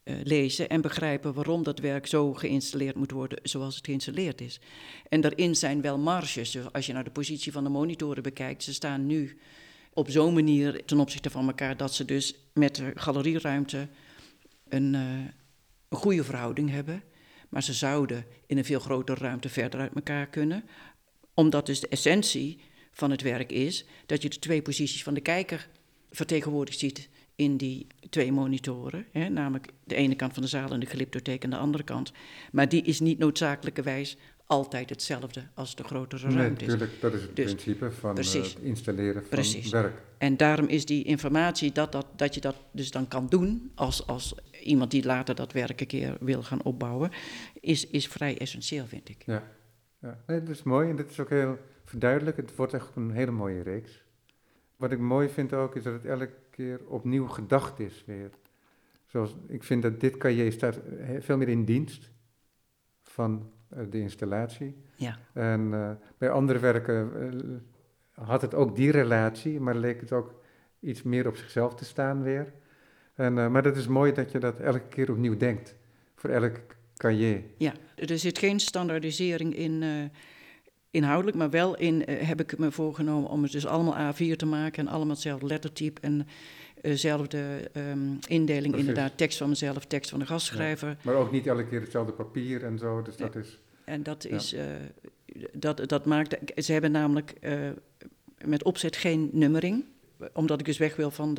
[SPEAKER 2] lezen en begrijpen waarom dat werk zo geïnstalleerd moet worden zoals het geïnstalleerd is. En daarin zijn wel marges. Dus als je naar de positie van de monitoren bekijkt, ze staan nu op zo'n manier ten opzichte van elkaar dat ze dus met de galerieruimte een goede verhouding hebben. Maar ze zouden in een veel grotere ruimte verder uit elkaar kunnen. Omdat dus de essentie van het werk is dat je de 2 posities van de kijker vertegenwoordigd ziet in die 2 monitoren. Hè, namelijk de ene kant van de zaal en de glyptotheek aan de andere kant. Maar die is niet noodzakelijkerwijs altijd hetzelfde als de grotere ruimte is.
[SPEAKER 1] Nee, natuurlijk, dat is het principe van het installeren van werk.
[SPEAKER 2] En daarom is die informatie dat je dat dus dan kan doen als iemand die later dat werk een keer wil gaan opbouwen, is vrij essentieel, vind ik.
[SPEAKER 1] Ja. Nee, dat is mooi en dat is ook heel verduidelijk. Het wordt echt een hele mooie reeks. Wat ik mooi vind ook, is dat het elke keer opnieuw gedacht is weer. Zoals, ik vind dat dit cahier staat veel meer in dienst van de installatie.
[SPEAKER 2] Ja.
[SPEAKER 1] En bij andere werken had het ook die relatie, maar leek het ook iets meer op zichzelf te staan weer. Maar dat is mooi dat je dat elke keer opnieuw denkt, voor elk cahier.
[SPEAKER 2] Ja, er zit geen standaardisering in inhoudelijk, maar wel heb ik me voorgenomen om het dus allemaal A4 te maken en allemaal hetzelfde lettertype en dezelfde indeling. Precies. Inderdaad, tekst van mezelf, tekst van de gastschrijver. Ja,
[SPEAKER 1] maar ook niet elke keer hetzelfde papier en zo, dus dat is...
[SPEAKER 2] En dat is, dat maakt, ze hebben namelijk met opzet geen nummering, omdat ik dus weg wil van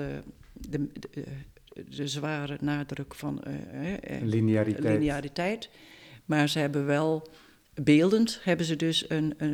[SPEAKER 2] de zware nadruk van lineariteit. Maar ze hebben wel, beeldend hebben ze dus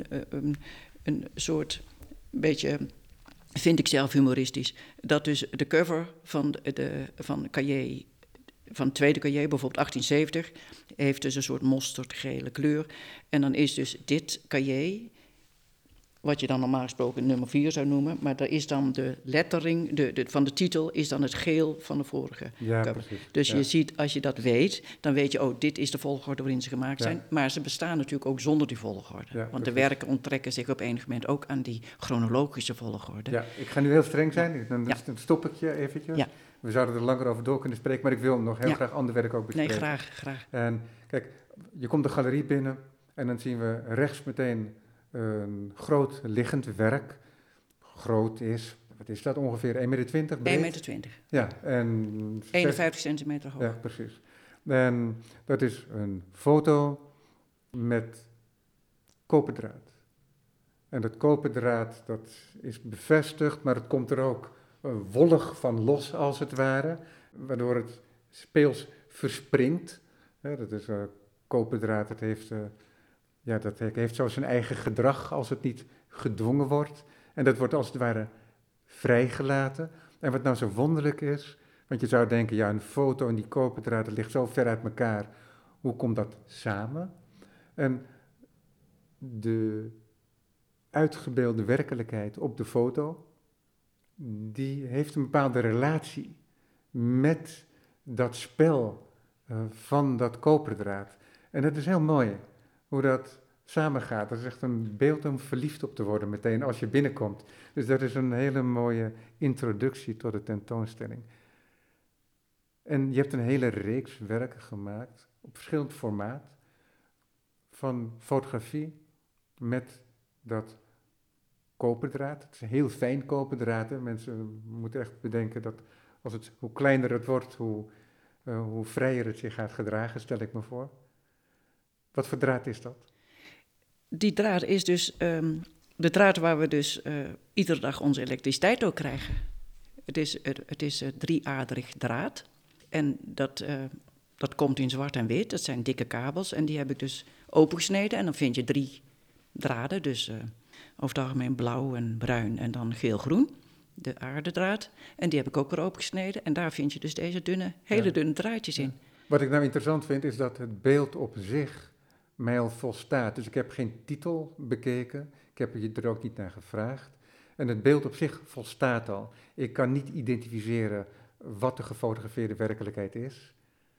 [SPEAKER 2] een soort, beetje, vind ik zelf humoristisch, dat dus de cover van cahier, van het tweede cahier, bijvoorbeeld 1870, heeft dus een soort mosterdgele kleur. En dan is dus dit cahier, wat je dan normaal gesproken nummer 4 zou noemen, maar daar is dan de lettering van de titel is dan het geel van de vorige cover. Precies. Dus je ziet, als je dat weet, dan weet je, dit is de volgorde waarin ze gemaakt zijn. Maar ze bestaan natuurlijk ook zonder die volgorde. Ja, want de werken onttrekken zich op enig moment ook aan die chronologische volgorde.
[SPEAKER 1] Ja, ik ga nu heel streng zijn, dan stop ik je eventjes. Ja. We zouden er langer over door kunnen spreken, maar ik wil nog heel graag ander werk ook bespreken.
[SPEAKER 2] Nee, graag.
[SPEAKER 1] En kijk, je komt de galerie binnen en dan zien we rechts meteen een groot liggend werk. Groot is, wat is dat ongeveer, 1,20 meter breed?
[SPEAKER 2] 1,20 meter.
[SPEAKER 1] Ja, en
[SPEAKER 2] 51 centimeter hoog.
[SPEAKER 1] Ja, precies. En dat is een foto met koperdraad. En dat koperdraad, dat is bevestigd, maar het komt er ook wollig van los, als het ware, waardoor het speels verspringt. Dat is koperdraad, dat heeft zo zijn eigen gedrag als het niet gedwongen wordt. En dat wordt als het ware vrijgelaten. En wat nou zo wonderlijk is, want je zou denken, een foto en die koperdraad, dat ligt zo ver uit elkaar. Hoe komt dat samen? En de uitgebeelde werkelijkheid op de foto, die heeft een bepaalde relatie met dat spel van dat koperdraad. En dat is heel mooi, hoe dat samengaat. Dat is echt een beeld om verliefd op te worden meteen als je binnenkomt. Dus dat is een hele mooie introductie tot de tentoonstelling. En je hebt een hele reeks werken gemaakt, op verschillend formaat, van fotografie met dat koperdraad. Het is een heel fijn koperdraad. Hè. Mensen moeten echt bedenken dat hoe kleiner het wordt, hoe vrijer het zich gaat gedragen, stel ik me voor. Wat voor draad is dat?
[SPEAKER 2] Die draad is dus de draad waar we dus iedere dag onze elektriciteit ook krijgen. Het is 3-aderig draad. En dat komt in zwart en wit. Dat zijn dikke kabels. En die heb ik dus opengesneden. En dan vind je 3 draden. Dus over het algemeen blauw en bruin en dan geel-groen. De aardedraad. En die heb ik ook weer opengesneden. En daar vind je dus deze hele dunne draadjes in.
[SPEAKER 1] Wat ik nou interessant vind, is dat het beeld op zich mij al volstaat. Dus ik heb geen titel bekeken. Ik heb je er ook niet naar gevraagd. En het beeld op zich volstaat al. Ik kan niet identificeren wat de gefotografeerde werkelijkheid is.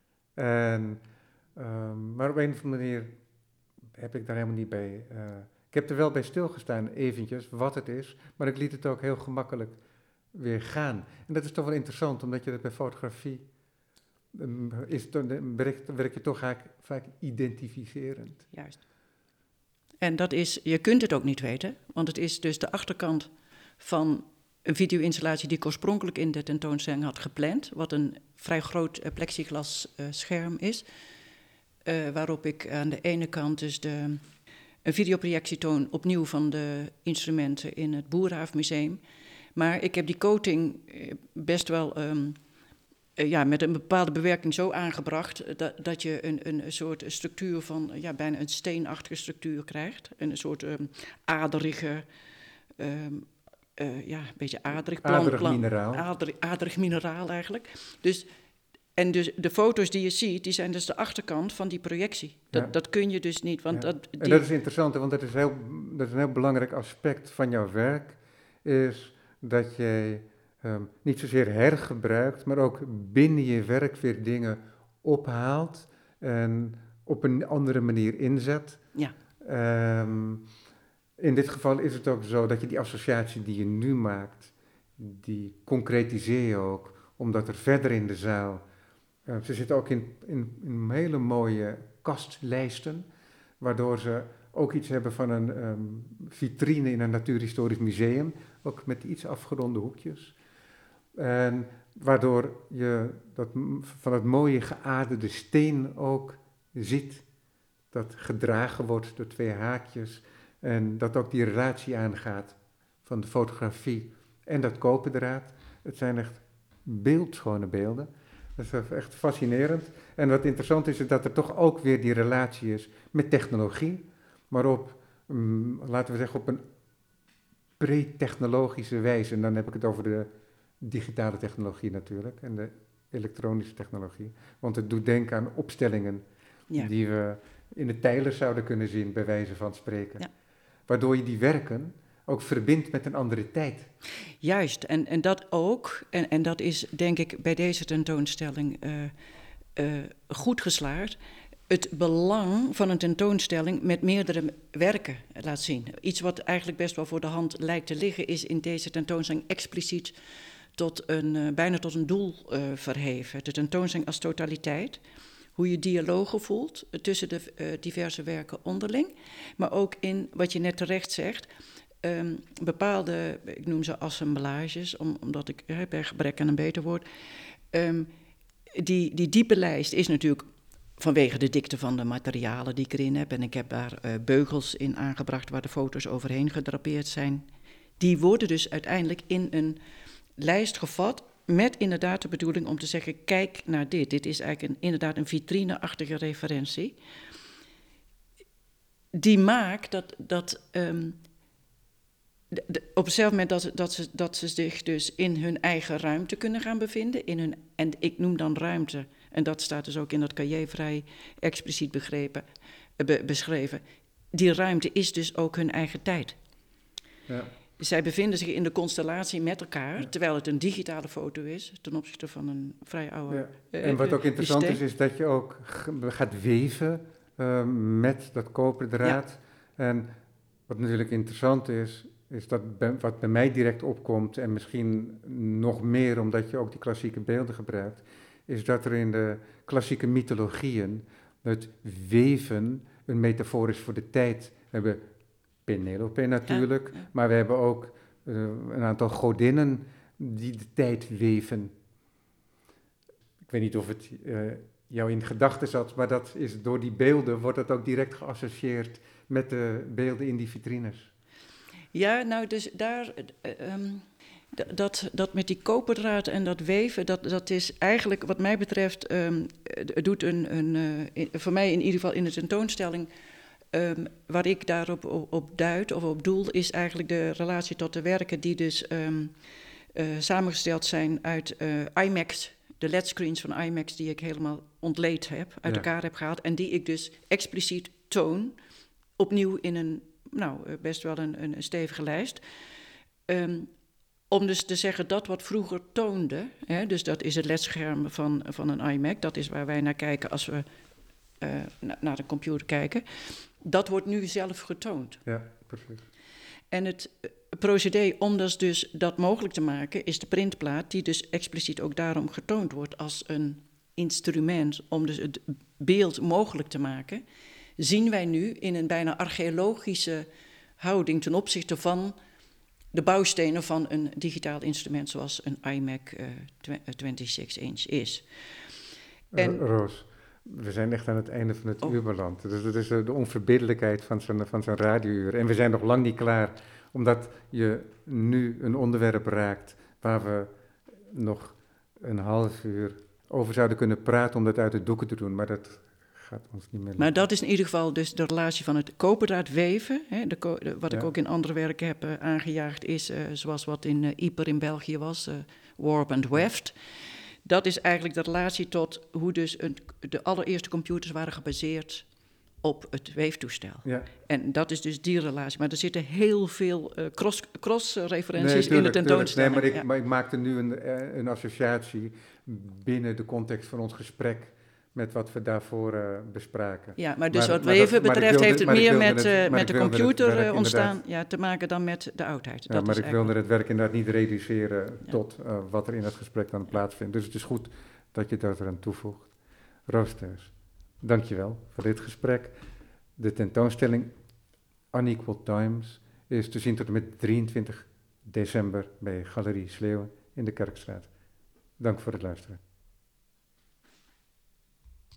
[SPEAKER 1] Maar op een of andere manier heb ik daar helemaal niet bij. Ik heb er wel bij stilgestaan eventjes wat het is, maar ik liet het ook heel gemakkelijk weer gaan. En dat is toch wel interessant, omdat je dat bij fotografie werk je toch vaak identificerend.
[SPEAKER 2] Juist. En dat is, je kunt het ook niet weten, want het is dus de achterkant van een video-installatie die ik oorspronkelijk in de tentoonstelling had gepland, wat een vrij groot plexiglas scherm is, waarop ik aan de ene kant dus een videoprojectie toon opnieuw van de instrumenten in het Boerhavenmuseum. Maar ik heb die coating best wel met een bepaalde bewerking zo aangebracht dat je een soort structuur van, bijna een steenachtige structuur krijgt. Een soort aderige, een beetje aderig.
[SPEAKER 1] Mineraal.
[SPEAKER 2] Aderig mineraal eigenlijk. Dus de foto's die je ziet, die zijn dus de achterkant van die projectie. Dat kun je dus niet. Want
[SPEAKER 1] En dat is interessant, want dat is een heel belangrijk aspect van jouw werk, is dat jij niet zozeer hergebruikt, maar ook binnen je werk weer dingen ophaalt en op een andere manier inzet.
[SPEAKER 2] Ja.
[SPEAKER 1] In dit geval is het ook zo dat je die associatie die je nu maakt, die concretiseer je ook, omdat er verder in de zaal, ze zitten ook in hele mooie kastlijsten, waardoor ze ook iets hebben van een vitrine in een natuurhistorisch museum, ook met iets afgeronde hoekjes. En waardoor je van het mooie geaderde steen ook ziet, dat gedragen wordt door 2 haakjes en dat ook die relatie aangaat van de fotografie en dat koperdraad. Het zijn echt beeldschone beelden. Dat is echt fascinerend. En wat interessant is dat er toch ook weer die relatie is met technologie, maar laten we zeggen, op een pre-technologische wijze. En dan heb ik het over de digitale technologie natuurlijk en de elektronische technologie. Want het doet denken aan opstellingen die we in de tijler zouden kunnen zien, bij wijze van spreken. Ja. Waardoor je die werken ook verbindt met een andere tijd.
[SPEAKER 2] Juist, en dat ook. En dat is denk ik bij deze tentoonstelling goed geslaagd. Het belang van een tentoonstelling met meerdere werken laat zien. Iets wat eigenlijk best wel voor de hand lijkt te liggen, is in deze tentoonstelling expliciet bijna tot een doel verheven. De tentoonstelling als totaliteit. Hoe je dialogen voelt tussen de diverse werken onderling. Maar ook in, wat je net terecht zegt, bepaalde, ik noem ze assemblages, omdat ik bij gebrek aan een beter woord. Die diepe lijst is natuurlijk vanwege de dikte van de materialen die ik erin heb. En ik heb daar beugels in aangebracht waar de foto's overheen gedrapeerd zijn. Die worden dus uiteindelijk in een lijst gevat, met inderdaad de bedoeling om te zeggen, kijk naar dit. Dit is eigenlijk inderdaad een vitrine-achtige referentie. Die maakt dat op hetzelfde moment dat ze zich dus in hun eigen ruimte kunnen gaan bevinden. En ik noem dan ruimte, en dat staat dus ook in dat cahier vrij expliciet beschreven. Die ruimte is dus ook hun eigen tijd. Ja. Zij bevinden zich in de constellatie met elkaar, terwijl het een digitale foto is, ten opzichte van een vrij oude... Ja.
[SPEAKER 1] En wat ook interessant is dat je ook gaat weven met dat koperdraad. Ja. En wat natuurlijk interessant is dat wat bij mij direct opkomt, en misschien nog meer omdat je ook die klassieke beelden gebruikt, is dat er in de klassieke mythologieën het weven een metafoor is voor de tijd. We hebben Penelope natuurlijk, maar we hebben ook een aantal godinnen die de tijd weven. Ik weet niet of het jou in gedachten zat, maar dat is door die beelden wordt dat ook direct geassocieerd met de beelden in die vitrines.
[SPEAKER 2] Ja, nou dus daar, dat met die koperdraad en dat weven, dat is eigenlijk wat mij betreft, doet voor mij in ieder geval in de tentoonstelling, waar ik daarop op duid of op doel, is eigenlijk de relatie tot de werken die dus samengesteld zijn uit IMAX, de LED-screens van IMAX die ik helemaal ontleed heb, uit elkaar heb gehaald en die ik dus expliciet toon, opnieuw in een, best wel een stevige lijst. Om dus te zeggen dat wat vroeger toonde, dus dat is het ledscherm van een iMac, dat is waar wij naar kijken als we naar de computer kijken, dat wordt nu zelf getoond.
[SPEAKER 1] Ja, precies.
[SPEAKER 2] En het procedé om dus dat mogelijk te maken is de printplaat, die dus expliciet ook daarom getoond wordt als een instrument om dus het beeld mogelijk te maken, zien wij nu in een bijna archeologische houding ten opzichte van de bouwstenen van een digitaal instrument zoals een iMac 26-inch is. En
[SPEAKER 1] Roos, we zijn echt aan het einde van het uur beland. Dus dat is de onverbiddelijkheid van zo'n radiouur. En we zijn nog lang niet klaar, omdat je nu een onderwerp raakt waar we nog een half uur over zouden kunnen praten om dat uit de doeken te doen. Maar dat gaat ons niet meer lukken.
[SPEAKER 2] Maar dat is in ieder geval dus de relatie van het koperdraad weven. Hè, wat ik ook in andere werken heb aangejaagd is, zoals wat in Ieper in België was, warp and weft. Dat is eigenlijk de relatie tot hoe dus de allereerste computers waren gebaseerd op het weeftoestel.
[SPEAKER 1] Ja.
[SPEAKER 2] En dat is dus die relatie. Maar er zitten heel veel cross-referenties in de tentoonstelling.
[SPEAKER 1] Nee, maar ik maakte nu een associatie binnen de context van ons gesprek met wat we daarvoor bespraken.
[SPEAKER 2] Ja, maar dus wat weven betreft heeft het meer met de computer ontstaan te maken dan met de oudheid.
[SPEAKER 1] Ja, maar ik wilde het werk inderdaad niet reduceren tot wat er in dat gesprek dan plaatsvindt. Dus het is goed dat je dat eraan toevoegt. Roos Thijs, dank je wel voor dit gesprek. De tentoonstelling Unequal Times is te zien tot en met 23 december bij Galerie Sleeuwen in de Kerkstraat. Dank voor het luisteren.